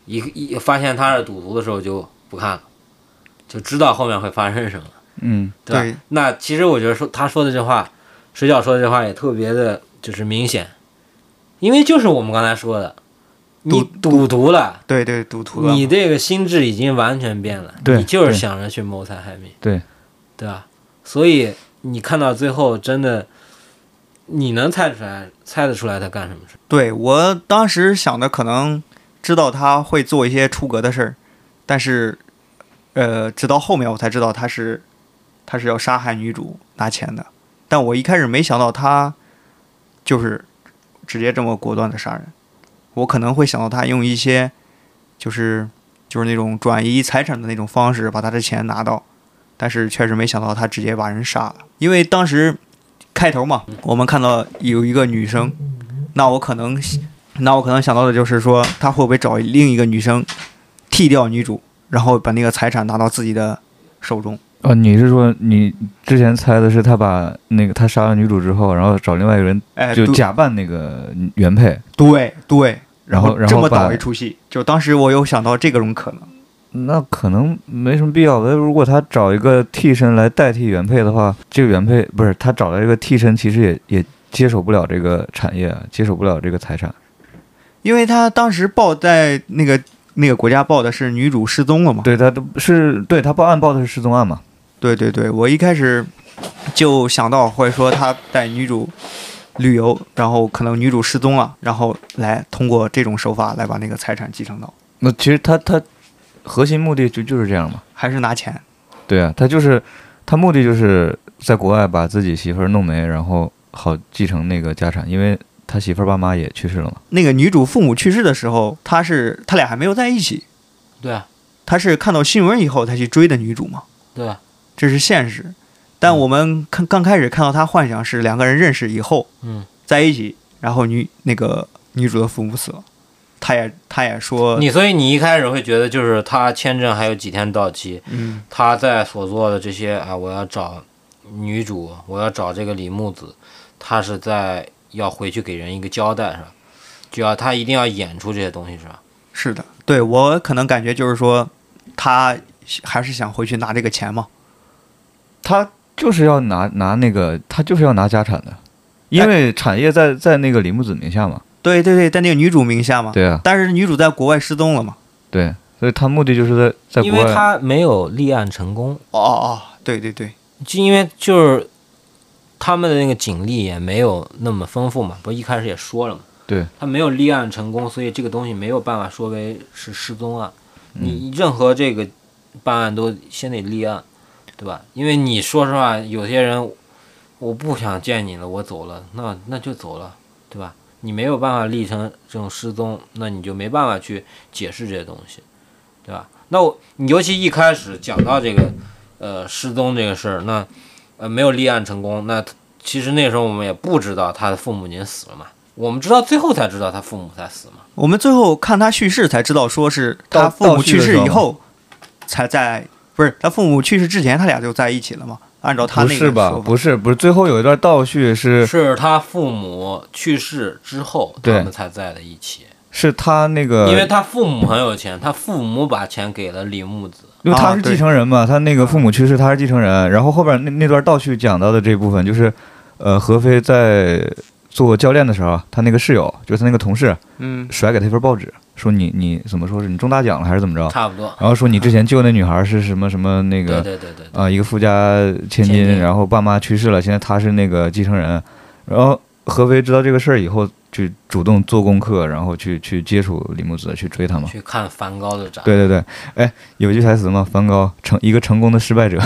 一发现他是赌徒的时候就不看了，就知道后面会发生什么。对吧？ 对， 那其实我觉得他说的这话，水饺说的这话也特别的，就是明显，因为就是我们刚才说的，你赌徒了， 对，赌徒了， 你这个心智已经完全变了， 对你就是想着去谋财害命，对吧？所以你看到最后，真的你能猜得出来他干什么事？ 对，我当时想的可能知道他会做一些出格的事儿，但是直到后面我才知道他是要杀害女主拿钱的，但我一开始没想到他就是直接这么果断的杀人，我可能会想到他用一些就是那种转移财产的那种方式把他的钱拿到，但是确实没想到他直接把人杀了。因为当时开头嘛，我们看到有一个女生，那我可能想到的就是说他会不会找另一个女生替掉女主，然后把那个财产拿到自己的手中。 哦，你是说你之前猜的是他杀了女主之后，然后找另外一个人就假扮那个原配？ 对， 然后这么倒一出戏，就当时我有想到这种可能。 那可能没什么必要的。如果他找一个替身来代替原配的话，这个原配不是他找来一个替身，其实也接手不了这个产业，接手不了这个财产。 因为他当时报在那个国家报的是女主失踪了嘛？ 对，他报案报的是失踪案嘛？ 对，我一开始就想到会说他带女主旅游，然后可能女主失踪了，然后来通过这种手法来把那个财产继承到。 那其实他核心目的就是这样嘛， 还是拿钱。 对啊，他目的就是在国外把自己媳妇儿弄没，然后好继承那个家产，因为他媳妇儿爸妈也去世了嘛。 那个女主父母去世的时候，他俩还没有在一起。 对啊， 他是看到新闻以后才去追的女主嘛。 对啊， 这是现实。但我们刚开始看到他幻想是两个人认识以后，在一起，然后女主的父母死了，他也说所以你一开始会觉得就是他签证还有几天到期，他在所做的这些啊，我要找女主，我要找这个李木子，他是在要回去给人一个交代，是吧？他一定要演出这些东西，是吧？ 是的，对，我可能感觉就是说，他还是想回去拿这个钱嘛。 他就是要拿那个，他就是要拿家产的，因为产业在那个李木子名下嘛。 对，在那个女主名下嘛。 对啊。 但是女主在国外失踪了嘛。 对，所以他目的就是在国外。 因为他没有立案成功。 对。 就因为就是他们的那个警力也没有那么丰富嘛，不是一开始也说了嘛。 对。 他没有立案成功，所以这个东西没有办法说为是失踪案。你任何这个办案都先得立案，对吧？因为你说实话，有些人我不想见你了，我走了，那就走了，对吧？你没有办法立成这种失踪，那你就没办法去解释这些东西，对吧？那你尤其一开始讲到这个失踪这个事儿，那没有立案成功，那其实那时候我们也不知道他的父母已经死了嘛，我们直到最后才知道他父母才死嘛。 我们最后看他叙事才知道，说是他父母去世以后才不是他父母去世之前他俩就在一起了吗？按照他那个说法。 不是，最后有一段倒叙是他父母去世之后他们才在了一起。 是他那个， 因为他父母很有钱，他父母把钱给了李木子， 因为他是继承人嘛，他那个父母去世，他是继承人。然后后边那段倒叙讲到的这部分，就是何非在做教练的时候，他那个室友就是他那个同事，甩给他一份报纸，说你怎么说是你中大奖了还是怎么着？ 差不多。 然后说你之前救那女孩是什么什么那个， 对一个富家千金，然后爸妈去世了，现在他是那个继承人。然后何非知道这个事儿以后，就主动做功课，然后去接触李木子，去追他嘛， 去看梵高的展。 对，哎，有一句台词嘛，梵高一个成功的失败者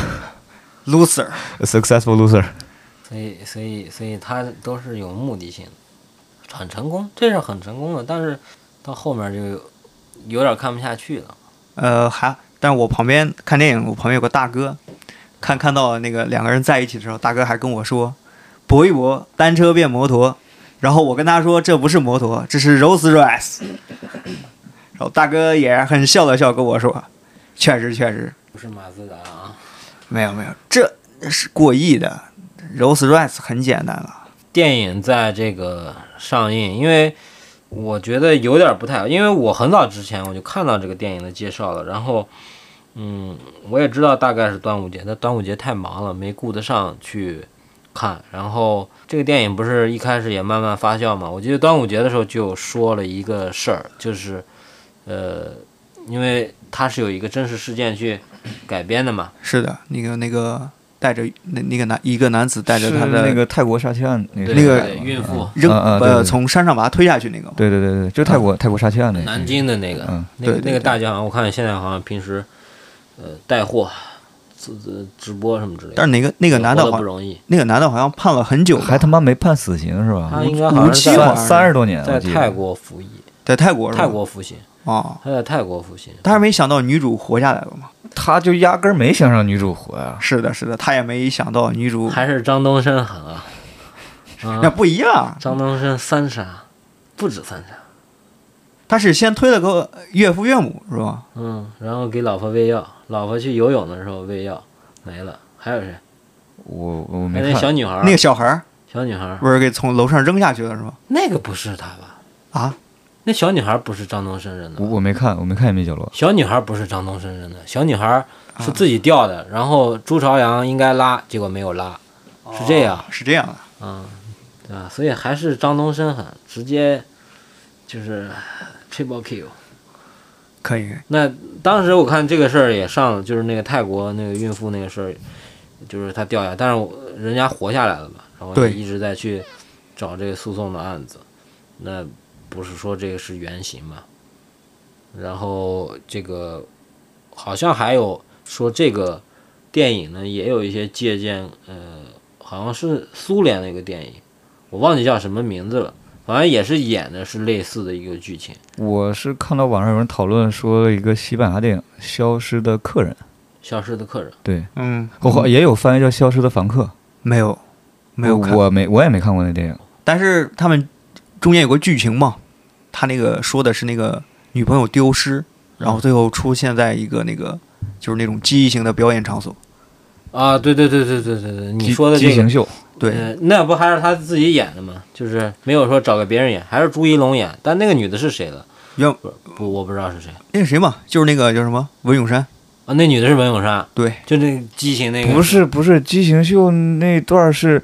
，loser，a successful loser。 所以他都是有目的性的，很成功，这是很成功的，但是到后面就有点看不下去了。 但是我旁边看电影，我旁边有个大哥，看到那个两个人在一起的时候，大哥还跟我说，搏一搏，单车变摩托。然后我跟他说，这不是摩托，这是 Rolls Royce。然后大哥也很笑了笑跟我说，确实不是马自达啊。 没有，这是过亿的。Rolls Royce 很简单了。 电影在这个上映，因为我觉得有点不太好，因为我很早之前我就看到这个电影的介绍了，然后我也知道大概是端午节，但端午节太忙了，没顾得上去看。然后这个电影不是一开始也慢慢发酵嘛？我记得端午节的时候就说了一个事儿，就是因为它是有一个真实事件去改编的嘛。 是的，那个带着一个男子带着他的那个泰国杀妻案那个孕妇从山上把他推下去那个。 对，就泰国杀妻案那个。 南京的那个，那个大姐好像我看现在好像平时带货、直播什么之类的。 但是那个男的不容易， 那个男的好像判了很久， 还他妈没判死刑是吧？ 他应该好像是 30多年， 在泰国服役， 在泰国服刑。 哦， 他在泰国服刑， 但是没想到女主活下来了嘛？ 他就压根儿没想让女主活呀。 是的，他也没想到女主还是张东升狠啊！ 那不一样， 张东升3杀，不止3杀。 他是先推了个岳父岳母是吧？ 然后给老婆喂药，老婆去游泳的时候喂药没了。还有谁？ 我没看。 那小女孩， 那个小孩不是给从楼上扔下去了是吧？ 那个不是他吧？ 啊？ 那小女孩不是张东升扔的。 我没看也没角落。 小女孩不是张东升扔的，小女孩是自己掉的，然后朱朝阳应该拉，结果没有拉，是这样。 是这样的。 对吧？所以还是张东升狠，直接就是 triple kill。 可以。 那当时我看这个事儿也上了，就是那个泰国那个孕妇那个事儿，就是他掉下，但是人家活下来了嘛，然后一直在去找这个诉讼的案子，那不是说这个是原型嘛？然后这个好像还有说这个电影呢也有一些借鉴，好像是苏联的一个电影，我忘记叫什么名字了。反正也是演的是类似的一个剧情。 我是看到网上有人讨论说一个西班牙电影《消失的客人》。 消失的客人。 对，也有翻译叫《消失的房客》。 没有看。 我也没看过那电影。 但是他们中间有个剧情嘛，他那个说的是那个女朋友丢失，然后最后出现在一个那个就是那种记忆型的表演场所。 啊，对，你说的这个畸形秀。 对， 那不还是他自己演的吗？就是没有说找个别人演，还是朱一龙演。但那个女的是谁了？不，我不知道是谁。 那是谁嘛？就是那个叫什么文咏珊啊？那女的是文咏珊。 对， 就那畸形那个。 不是畸形秀那段是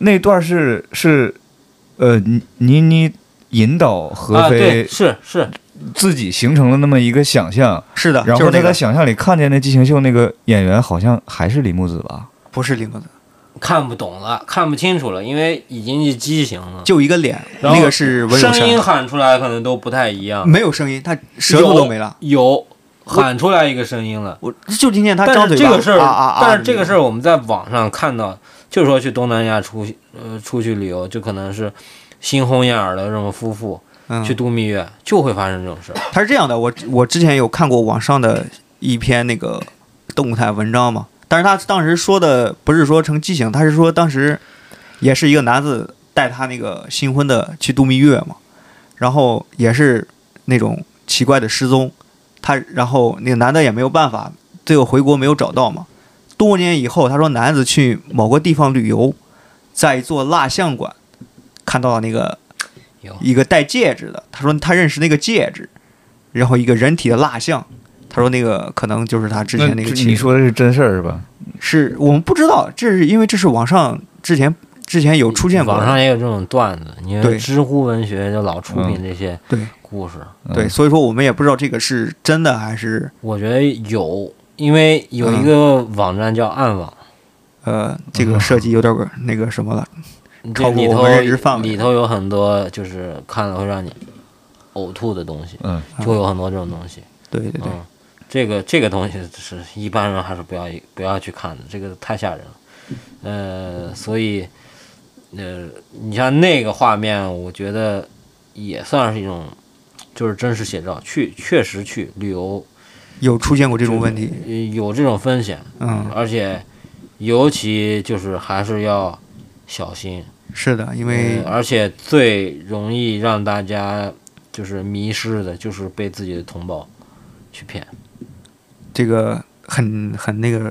倪妮引导何非， 是自己形成了那么一个想象。 是的， 然后在他想象里看见那畸形秀那个演员好像还是李木子吧？ 不是李木子。 看不懂了，看不清楚了，因为已经是畸形了， 就一个脸，那个是文咏珊， 声音喊出来可能都不太一样， 没有声音，他舌头都没了， 有喊出来一个声音了， 我就听见他张嘴巴。 但是这个事儿，但是这个事儿我们在网上看到，就是说去东南亚出去旅游，就可能是新婚燕尔的这种夫妇去度蜜月，就会发生这种事儿。 他是这样的，我之前有看过网上的一篇那个动态文章嘛。但是他当时说的不是说成畸形，他是说当时也是一个男子带他那个新婚的去度蜜月嘛，然后也是那种奇怪的失踪，然后那个男的也没有办法，最后回国没有找到嘛。多年以后，他说男子去某个地方旅游，在一座蜡像馆看到了那个一个戴戒指的，他说他认识那个戒指，然后一个人体的蜡像。他说那个可能就是他之前那个妻子。 你说的是真事儿是吧？ 是我们不知道，这是因为这是网上之前有出现过， 网上也有这种段子。你看知乎文学就老出品这些故事， 对，所以说我们也不知道这个是真的还是。 我觉得有，因为有一个网站叫暗网， 这个设计有点那个什么了，超过我们认知范围。 里头有很多就是看了会让你呕吐的东西，就有很多这种东西。 对。 这个东西是一般人还是不要去看的，这个太吓人了。所以你像那个画面，我觉得也算是一种就是真实写照，确实去旅游有出现过这种问题， 有这种风险，而且尤其就是还是要小心。 是的，因为而且最容易让大家就是迷失的，就是被自己的同胞去骗。 这个很那个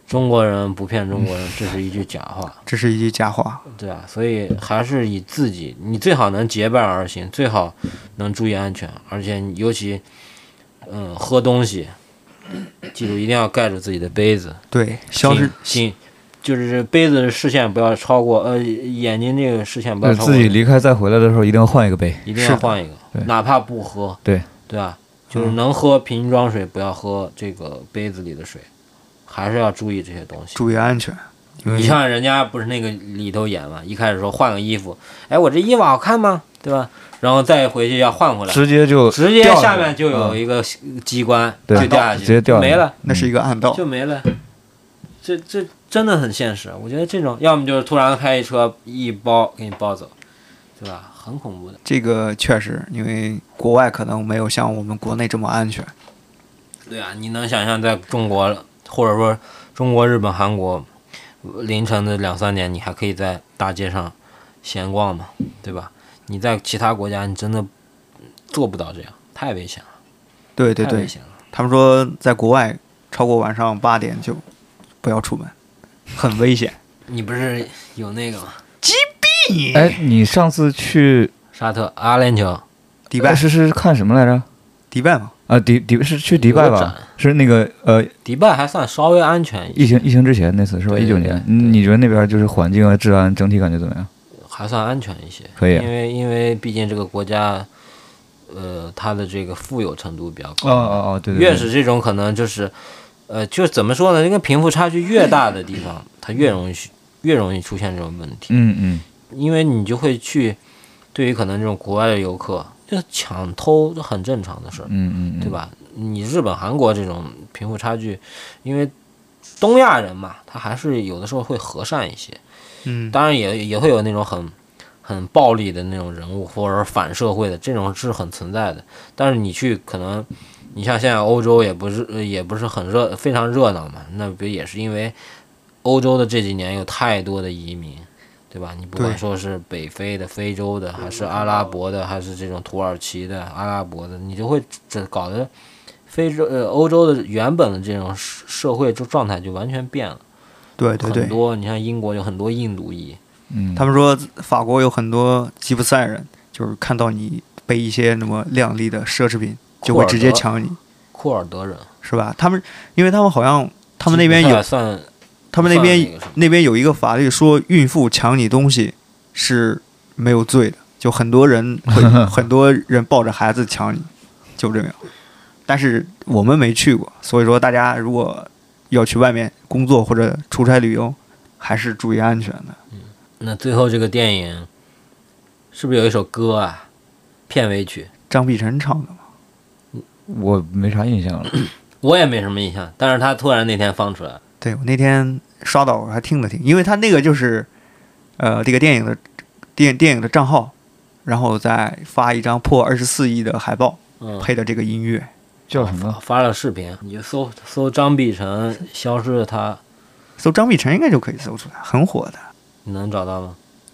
中国人不骗中国人，这是一句假话。 这是一句假话。 对啊，所以还是以自己，你最好能结伴而行，最好能注意安全，而且尤其，喝东西，记住一定要盖住自己的杯子。 对，消失就是杯子的视线不要超过，眼睛这个视线不要超过。 自己离开再回来的时候，一定要换一个杯， 一定要换一个，哪怕不喝。 对吧？就是能喝瓶装水，不要喝这个杯子里的水，还是要注意这些东西， 注意安全。 你像人家不是那个里头演嘛，一开始说换个衣服，哎，我这衣服好看吗？对吧？然后再回去要换回来， 直接下面就有一个机关，就掉下去， 直接掉没了， 那是一个暗道， 就没了。这真的很现实，我觉得这种要么就是突然开一车一包给你包走，对吧？很恐怖的。 这个确实，因为国外可能没有像我们国内这么安全。 对啊，你能想象在中国，或者说中国、日本、韩国，凌晨的2-3点，你还可以在大街上闲逛吗？对吧？你在其他国家，你真的做不到这样，太危险了。 对， 太危险了。 他们说在国外超过晚上8点就不要出门，很危险。 你不是有那个吗？ 击毙你！ 哎，你上次去沙特、阿联酋、 迪拜是看什么来着？ 迪拜吗？ 啊，是去迪拜吧？是那个迪拜还算稍微安全一些。疫情之前那次是吧？19年。你觉得那边就是环境啊、治安整体感觉怎么样？ 还算安全一些。 可以。 因为毕竟这个国家，它的这个富有程度比较高。 对。 越是这种可能就是，就怎么说呢？这个贫富差距越大的地方，它越容易出现这种问题。因为你就会去，对于可能这种国外的游客。就抢偷是很正常的事儿，对吧？你日本、韩国这种贫富差距，因为东亚人嘛，他还是有的时候会和善一些，当然也会有那种很暴力的那种人物，或者反社会的这种是很存在的。但是你去可能，你像现在欧洲也不是很非常热闹嘛，那不也是因为欧洲的这几年有太多的移民。对吧？你不管说是北非的、非洲的，还是阿拉伯的，还是这种土耳其的、阿拉伯的，你就会搞得欧洲的原本的这种社会状态就完全变了。 对， 很多你像英国有很多印度裔， 他们说法国有很多吉普赛人，就是看到你背一些那么靓丽的奢侈品，就会直接抢你。 库尔德人是吧？因为他们好像他们那边有。他们那边有一个法律说，孕妇抢你东西是没有罪的，就很多人抱着孩子抢你，就这样。但是我们没去过，所以说大家如果要去外面工作或者出差旅游，还是注意安全的。 那最后这个电影是不是有一首歌啊？片尾曲张碧晨唱的吗？ 我没啥印象了。 我也没什么印象，但是他突然那天放出来。 对，我那天刷到我还听了听，因为他那个就是这个电影的账号，然后再发一张破24亿的海报，配的这个音乐叫什么？ 发了视频，你就搜张碧晨消失的他， 搜张碧晨应该就可以搜出来，很火的。 你能找到吗？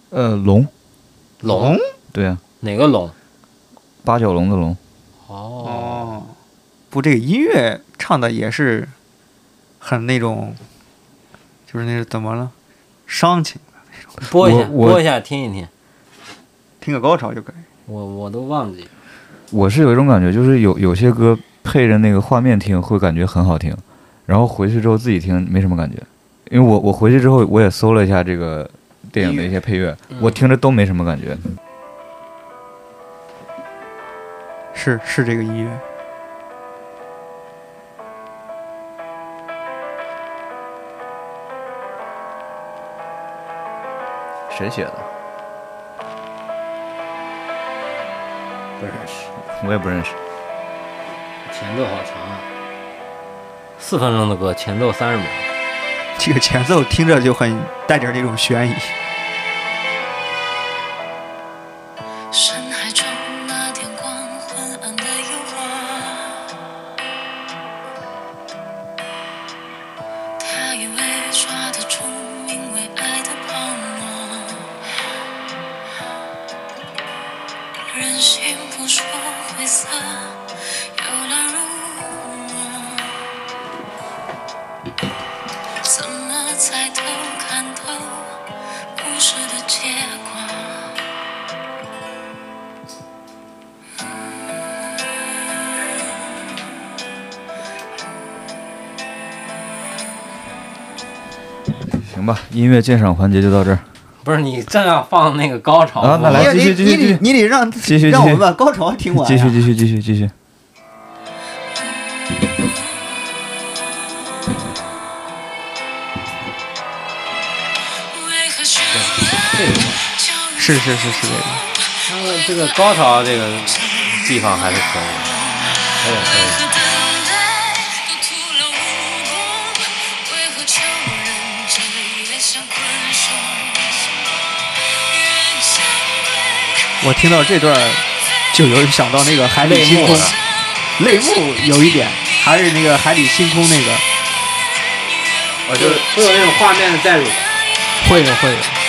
龙？ 对啊。 哪个龙 ？8角龙的龙。 哦，不，这个音乐唱的也是很那种，就是那是怎么了？伤情的那种。 播一下听一听， 听个高潮就可以。 我都忘记了。 我是有一种感觉，就是有些歌配着那个画面听会感觉很好听，然后回去之后自己听没什么感觉。因为我回去之后我也搜了一下这个电影的一些配乐，我听着都没什么感觉。 是这个音乐。 谁写的？ 不认识， 我也不认识。 前奏好长啊，4分钟的歌，前奏30秒。 这个前奏听着就很带点那种悬疑。 深海中那天光昏暗的诱惑，他以为抓得住名为爱的泡沫，人心不说灰色，游来入魔，怎行吧，音乐鉴赏环节就到这儿不是你正要放那个高潮啊，那来继续继续， 你得让继续让我们把高潮听完。 继续。 是这个。 这个高潮这个地方还是可以的，可以。 我听到这段就有想到那个海底星空，泪目有一点，还是那个海底星空那个， 我就会有那种画面的代入感。 会的。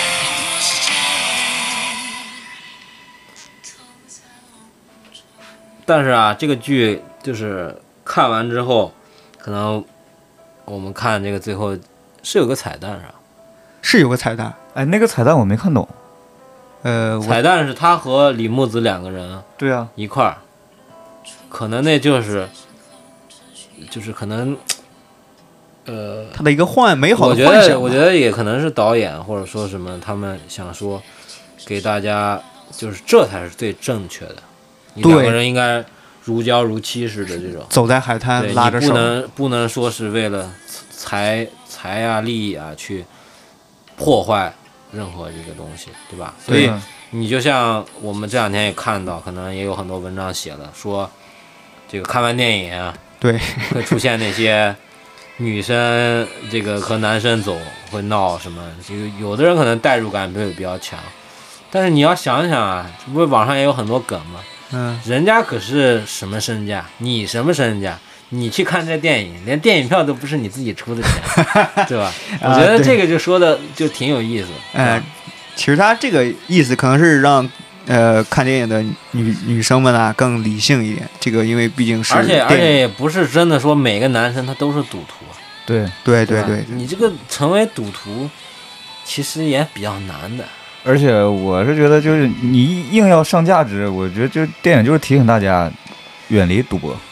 但是啊，这个剧就是看完之后，可能我们看这个最后是有个彩蛋是吧？ 是有个彩蛋。 哎，那个彩蛋我没看懂。 彩蛋是他和李木子两个人对啊一块儿，可能那就是可能他的一个美好的幻想。 我觉得也可能是导演或者说什么，他们想说给大家就是这才是最正确的，你两个人应该如胶如漆似的这种走在海滩拉着手， 不能说是为了财啊利益啊去破坏任何这个东西，对吧？所以你就像我们这两天也看到，可能也有很多文章写了，说这个看完电影啊， 对， 会出现那些女生这个和男生走会闹什么，这个有的人可能代入感比较强，但是你要想想啊，这不是网上也有很多梗吗？人家可是什么身价，你什么身价？你去看这电影，连电影票都不是你自己出的钱，对吧？我觉得这个就说的就挺有意思。 其实他这个意思可能是让看电影的女生们啊更理性一点。这个因为毕竟是而且也不是真的说每个男生他都是赌徒。 对， 你这个成为赌徒其实也比较难的。 而且我是觉得，就是你硬要上价值，我觉得就电影就是提醒大家远离赌博。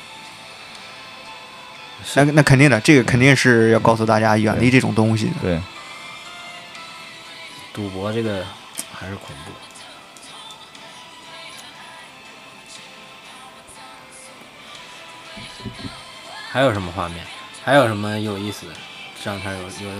那肯定的，这个肯定是要告诉大家远离这种东西的。 对， 赌博这个还是恐怖。还有什么画面？还有什么有意思的？这样才有的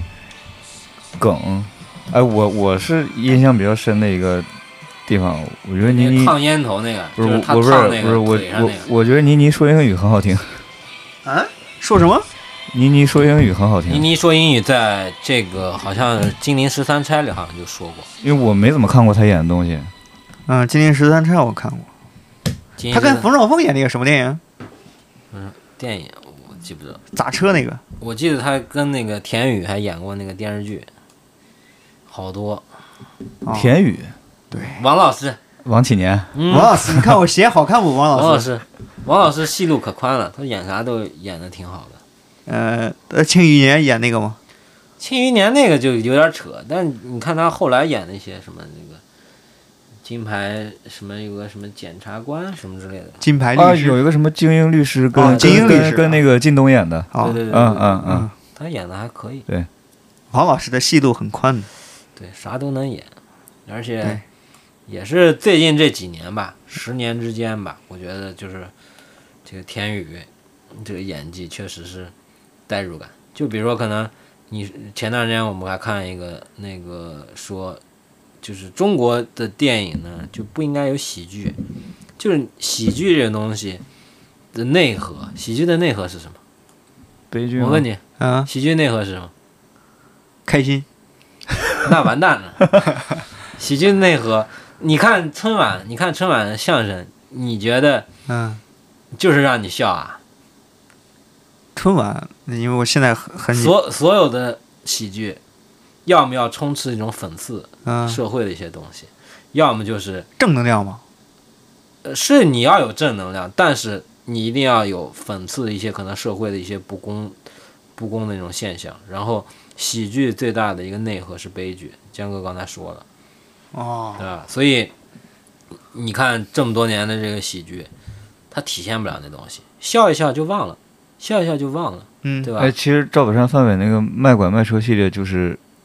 梗。哎，我是印象比较深的一个地方，我觉得倪烫烟头那个， 不是就是他烫那个我觉得倪说英语很好听。 啊？说什么？ 倪说英语很好听。 倪说英语在这个好像《金陵十三钗》里好像就说过， 因为我没怎么看过他演的东西。 《金陵十三钗》我看过。他跟冯绍峰演那个什么电影？ 电影我记不得。 砸车那个？ 我记得他跟那个田雨还演过那个电视剧，好多。 田雨， 对， 王老师， 王启年， 王老师，你看我写好看不？ 王老师戏路可宽了，他演啥都演得挺好的。庆余年演那个吗？ 庆余年那个就有点扯，但你看他后来演那些什么那个金牌什么有个什么检察官什么之类的， 金牌律师有一个什么精英律师跟那个靳东演的， 对，他演的还可以。 对， 王老师的戏路很宽的， 对，啥都能演，而且也是最近这几年吧，10年之间吧，我觉得就是这个田雨这个演技确实是代入感。就比如说可能你前段时间我们还看一个那个说，就是中国的电影呢就不应该有喜剧，就是喜剧这个东西的内核，喜剧的内核是什么？ 悲剧。 我问你喜剧内核是什么？ 开心。 那完蛋了。喜剧内核，你看春晚的相声，你觉得就是让你笑啊？ 春晚，因为我现在很所有的喜剧，要么要充斥一种讽刺社会的一些东西，要么就是正能量嘛。 是你要有正能量，但是你一定要有讽刺一些可能社会的一些不公的那种现象。然后喜剧最大的一个内核是悲剧，江哥刚才说了，对吧？所以你看这么多年的这个喜剧，它体现不了那东西，笑一笑就忘了，对吧？ 其实赵本山、范伟那个卖拐卖车系列就是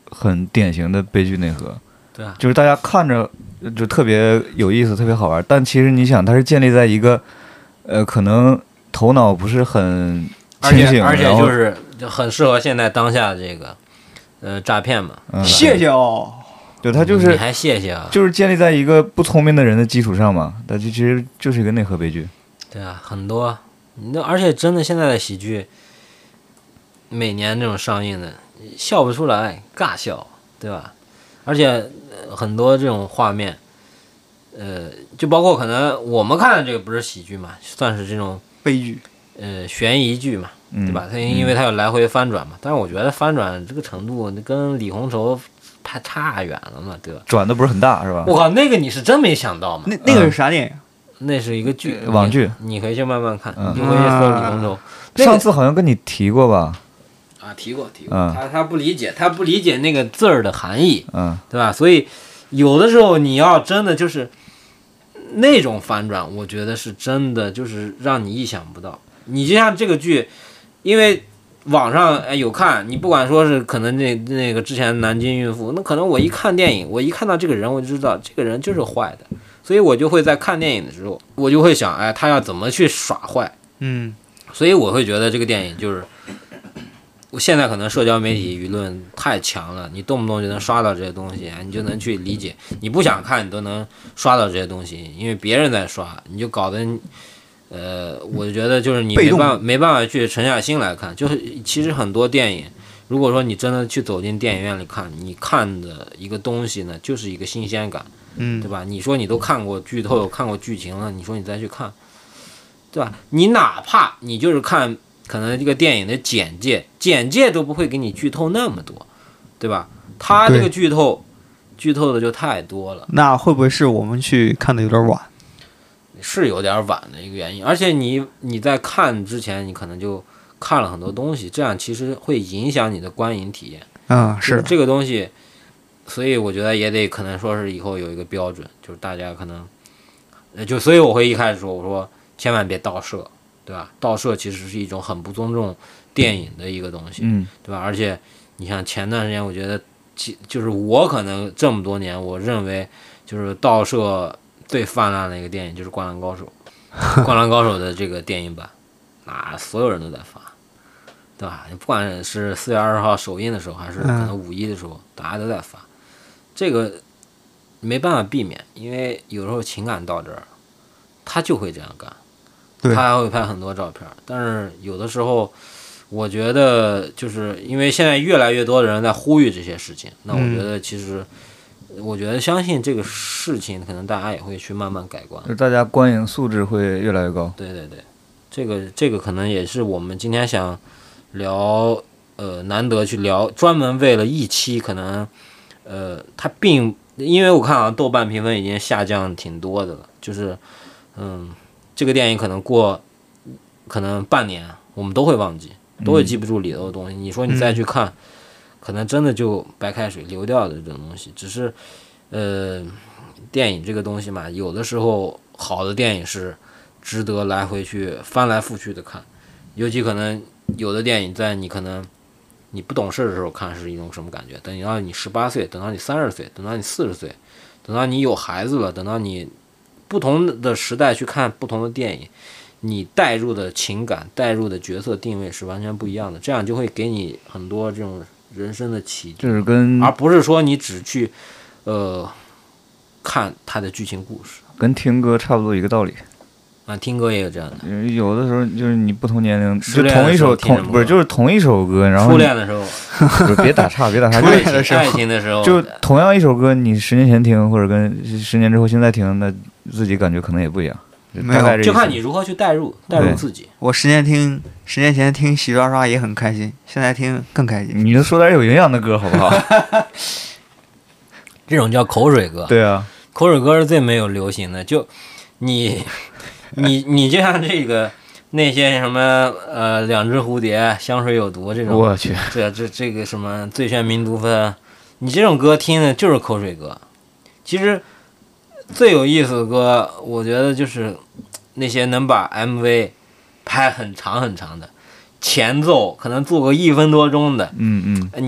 很典型的悲剧内核。 对啊， 就是大家看着就特别有意思，特别好玩，但其实你想，它是建立在一个可能头脑不是很清醒， 而且然后就是就很适合现在当下这个诈骗嘛。 谢谢哦。 对，它就是你还谢谢啊？ 就是建立在一个不聪明的人的基础上嘛，它就其实就是一个内核悲剧。 对啊，很多，而且真的现在的喜剧，每年这种上映的笑不出来，尬笑，对吧？而且很多这种画面，就包括可能我们看的这个不是喜剧嘛，算是这种悲剧， 悬疑剧嘛，对吧？它因为它有来回翻转嘛，但是我觉得翻转这个程度跟李红绸太差远了嘛，对吧？ 转的不是很大是吧？ 我靠，那个你是真没想到嘛？ 那个是啥电影？ 那是一个剧， 网剧， 你回去慢慢看，你回去搜李红绸。 上次好像跟你提过吧？ 啊，提过，他不理解那个字儿的含义，对吧？所以有的时候你要真的就是那种反转，我觉得是真的就是让你意想不到。你就像这个剧，因为网上有看，你不管说是可能那个之前南京孕妇，那可能我一看电影，我一看到这个人，我就知道这个人就是坏的，所以我就会在看电影的时候，我就会想，他要怎么去耍坏，所以我会觉得这个电影就是。现在可能社交媒体舆论太强了，你动不动就能刷到这些东西，你就能去理解。你不想看，你都能刷到这些东西，因为别人在刷，你就搞得，我就觉得就是你没办法去沉下心来看。就是其实很多电影，如果说你真的去走进电影院里看，你看的一个东西呢，就是一个新鲜感，对吧？你说你都看过剧透，看过剧情了，你说你再去看，对吧？你哪怕你就是看。可能这个电影的简介都不会给你剧透那么多，对吧？他这个剧透的就太多了。 那会不会是我们去看的有点晚？ 是有点晚的一个原因，而且你在看之前，你可能就看了很多东西，这样其实会影响你的观影体验。 是这个东西，所以我觉得也得可能说是以后有一个标准，就是大家可能，所以我会一开始说，我说千万别盗摄。对吧？盗摄其实是一种很不尊重电影的一个东西，对吧？而且你像前段时间，我觉得就是我可能这么多年，我认为就是盗摄最泛滥的一个电影就是《灌篮高手》，《灌篮高手》的这个电影版，所有人都在发，对吧？不管是4月20号首映的时候，还是可能5·1的时候，大家都在发，这个没办法避免，因为有时候情感到这儿，他就会这样干。他还会拍很多照片，但是有的时候，我觉得就是因为现在越来越多的人在呼吁这些事情，那我觉得其实，我觉得相信这个事情，可能大家也会去慢慢改观， 就是大家观影素质会越来越高。 对，这个可能也是我们今天想聊，难得去聊，专门为了一期，可能，它因为我看好像豆瓣评分已经下降挺多的了，就是，这个电影可能半年我们都会忘记，都会记不住里头的东西。你说你再去看，可能真的就白开水流掉的这种东西。只是，电影这个东西嘛，有的时候好的电影是值得来回去翻来覆去的看，尤其可能有的电影在你可能你不懂事的时候看是一种什么感觉，等到你18岁，等到你30岁，等到你40岁，等到你有孩子了，等到你不同的时代去看不同的电影，你带入的情感、带入的角色定位是完全不一样的，这样就会给你很多这种人生的启迪，而不是说你只去看它的剧情故事， 跟听歌差不多一个道理。 听歌也有这样的， 有的时候就是你不同年龄，就同一首歌，然后初恋的时候， 别打岔， 爱情的时候， 就同样一首歌，你10年前听，或者跟10年之后现在听，那自己感觉可能也不一样。 就看你如何去带入自己。 我10年前听洗刷刷也很开心，现在听更开心。 你就说点有营养的歌好不好？ 这种叫口水歌。 对啊， 口水歌是最没有流行的。就你就像这个那些什么两只蝴蝶、香水有毒这种， 我去， 这个什么最炫民族风，你这种歌听的就是口水歌。其实最有意思的歌，我觉得就是那些能把 MV 拍很长很长的，前奏可能做个1分多钟的，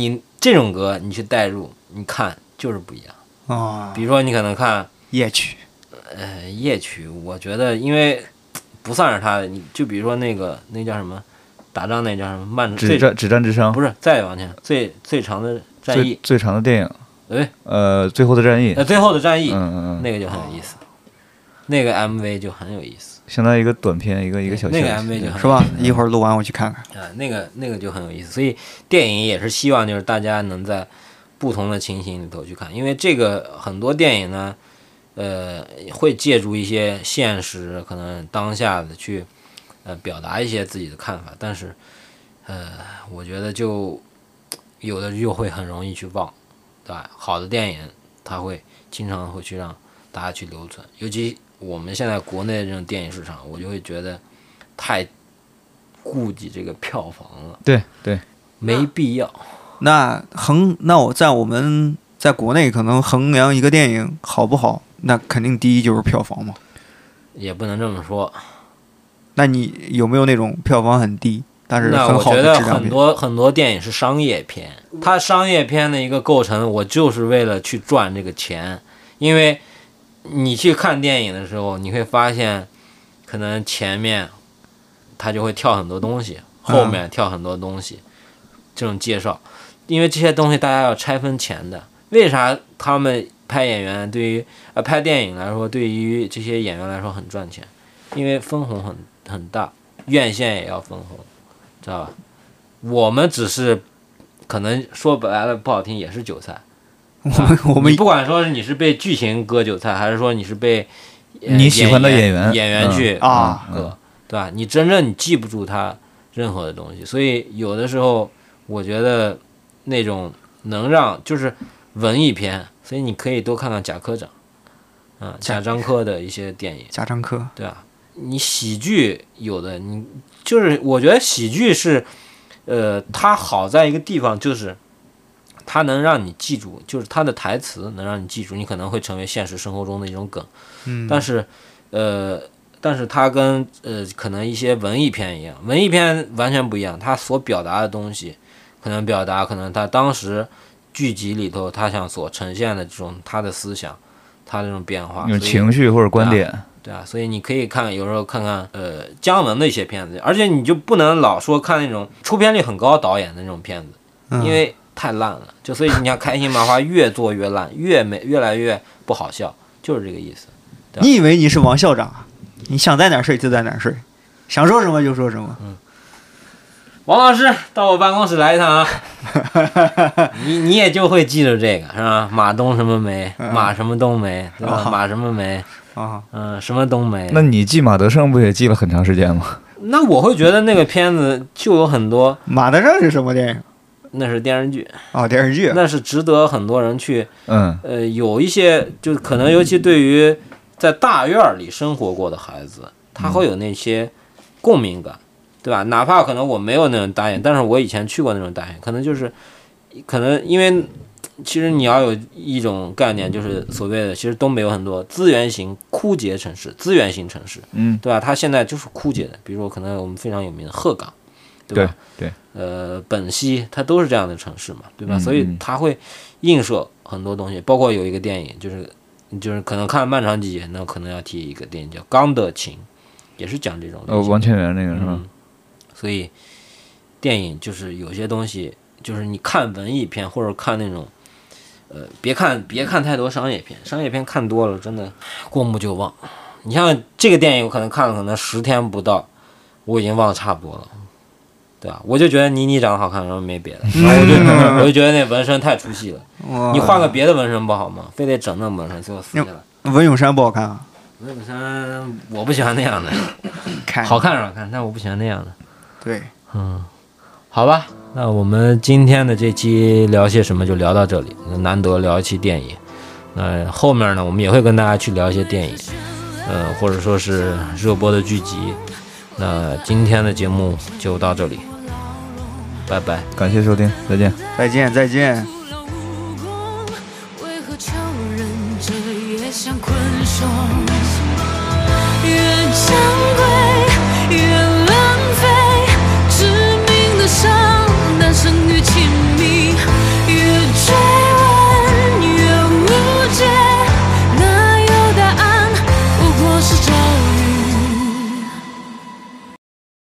这种歌你去代入，你看就是不一样啊。 比如说你可能看夜曲， 夜曲，我觉得因为不算是他的，你就比如说那叫什么，打仗那叫什么止战之殇， 不是再往前最长的战役， 最长的电影， 对， 最后的战役， 最后的战役， 那个就很有意思，那个 MV 就很有意思， 相当于一个短片，一个小那个 MV 就很是吧？一会儿录完我去看看啊，那个就很有意思，所以电影也是希望就是大家能在不同的情形里头去看，因为这个很多电影呢。会借助一些现实可能当下的去表达一些自己的看法，但是我觉得就有的就会很容易去忘，对吧？好的电影它会经常会去让大家去留存，尤其我们现在国内的这种电影市场，我就会觉得太顾及这个票房了， 对， 没必要。 那我们在国内可能衡量一个电影好不好，那肯定第一就是票房嘛。 也不能这么说。 那你有没有那种票房很低，但是很好的质量片？ 那我觉得很多电影是商业片，它商业片的一个构成，我就是为了去赚这个钱。因为你去看电影的时候，你会发现，可能前面它就会跳很多东西，后面跳很多东西，这种介绍。因为这些东西大家要拆分钱的，为啥他们拍演员对于拍电影来说，对于这些演员来说很赚钱？因为分红很大，院线也要分红，知道吧？我们只是可能说白了不好听，也是韭菜。 我们你不管说是你是被剧情割韭菜，还是说你是被你喜欢的演员去割， 对吧？你真正你记不住他任何的东西，所以有的时候我觉得那种能让就是文艺片，所以你可以多看看贾科长，贾樟柯的一些电影。 贾樟柯， 对啊，你喜剧有的你就是我觉得喜剧是，它好在一个地方就是它能让你记住，就是它的台词能让你记住，你可能会成为现实生活中的一种梗。但是它跟可能一些文艺片一样，文艺片完全不一样，它所表达的东西可能它当时剧集里头它想所呈现的这种它的思想，它这种变化， 有情绪或者观点。 对啊，所以你可以有时候看看姜文的一些片子，而且你就不能老说看那种出片率很高导演的那种片子，因为太烂了。就所以你看开心麻花越做越烂，越来越不好笑，就是这个意思。 你以为你是王校长啊？你想在哪儿睡就在哪儿睡，想说什么就说什么。 王老师到我办公室来一趟啊！你也就会记住这个是吧？马东什么梅，马什么冬梅，对吧？马什么梅什么冬梅。 那你记马德胜不也记了很长时间吗？ 那我会觉得那个片子就有很多。 马德胜是什么电影？ 那是电视剧电视剧， 那是值得很多人去有一些就可能尤其对于在大院里生活过的孩子，他会有那些共鸣感。对吧？哪怕可能我没有那种大院，但是我以前去过那种大院，可能因为其实你要有一种概念，就是所谓的，其实东北有很多资源型枯竭城市，资源型城市，对吧？它现在就是枯竭的，比如说可能我们非常有名的鹤岗，对吧？ 对， 本溪，它都是这样的城市嘛，对吧？所以它会映射很多东西，包括有一个电影，就是可能看《漫长季节》，那可能要提一个电影叫《钢的琴》，也是讲这种王千源那个是吧？ 所以电影就是有些东西，就是你看文艺片或者看那种别看太多商业片，商业片看多了真的过目就忘。你像这个电影我可能看了10天不到，我已经忘得差不多了，对吧？我就觉得妮长得好看，然后没别的，然后我就觉得那纹身太出戏了。你换个别的纹身不好吗？非得整那纹身，最后死去了。 文咏珊不好看啊？ 文咏珊我不喜欢那样的，好看是好看，但我不喜欢那样的。 对， 好吧，那我们今天的这期聊些什么就聊到这里，难得聊一期电影。那后面呢，我们也会跟大家去聊一些电影，或者说是热播的剧集。那今天的节目就到这里，拜拜， 感谢收听，再见， 再见。 为何悄忍着也像困兽，越珍贵越浪费，致命的伤诞生于亲密。 是这样。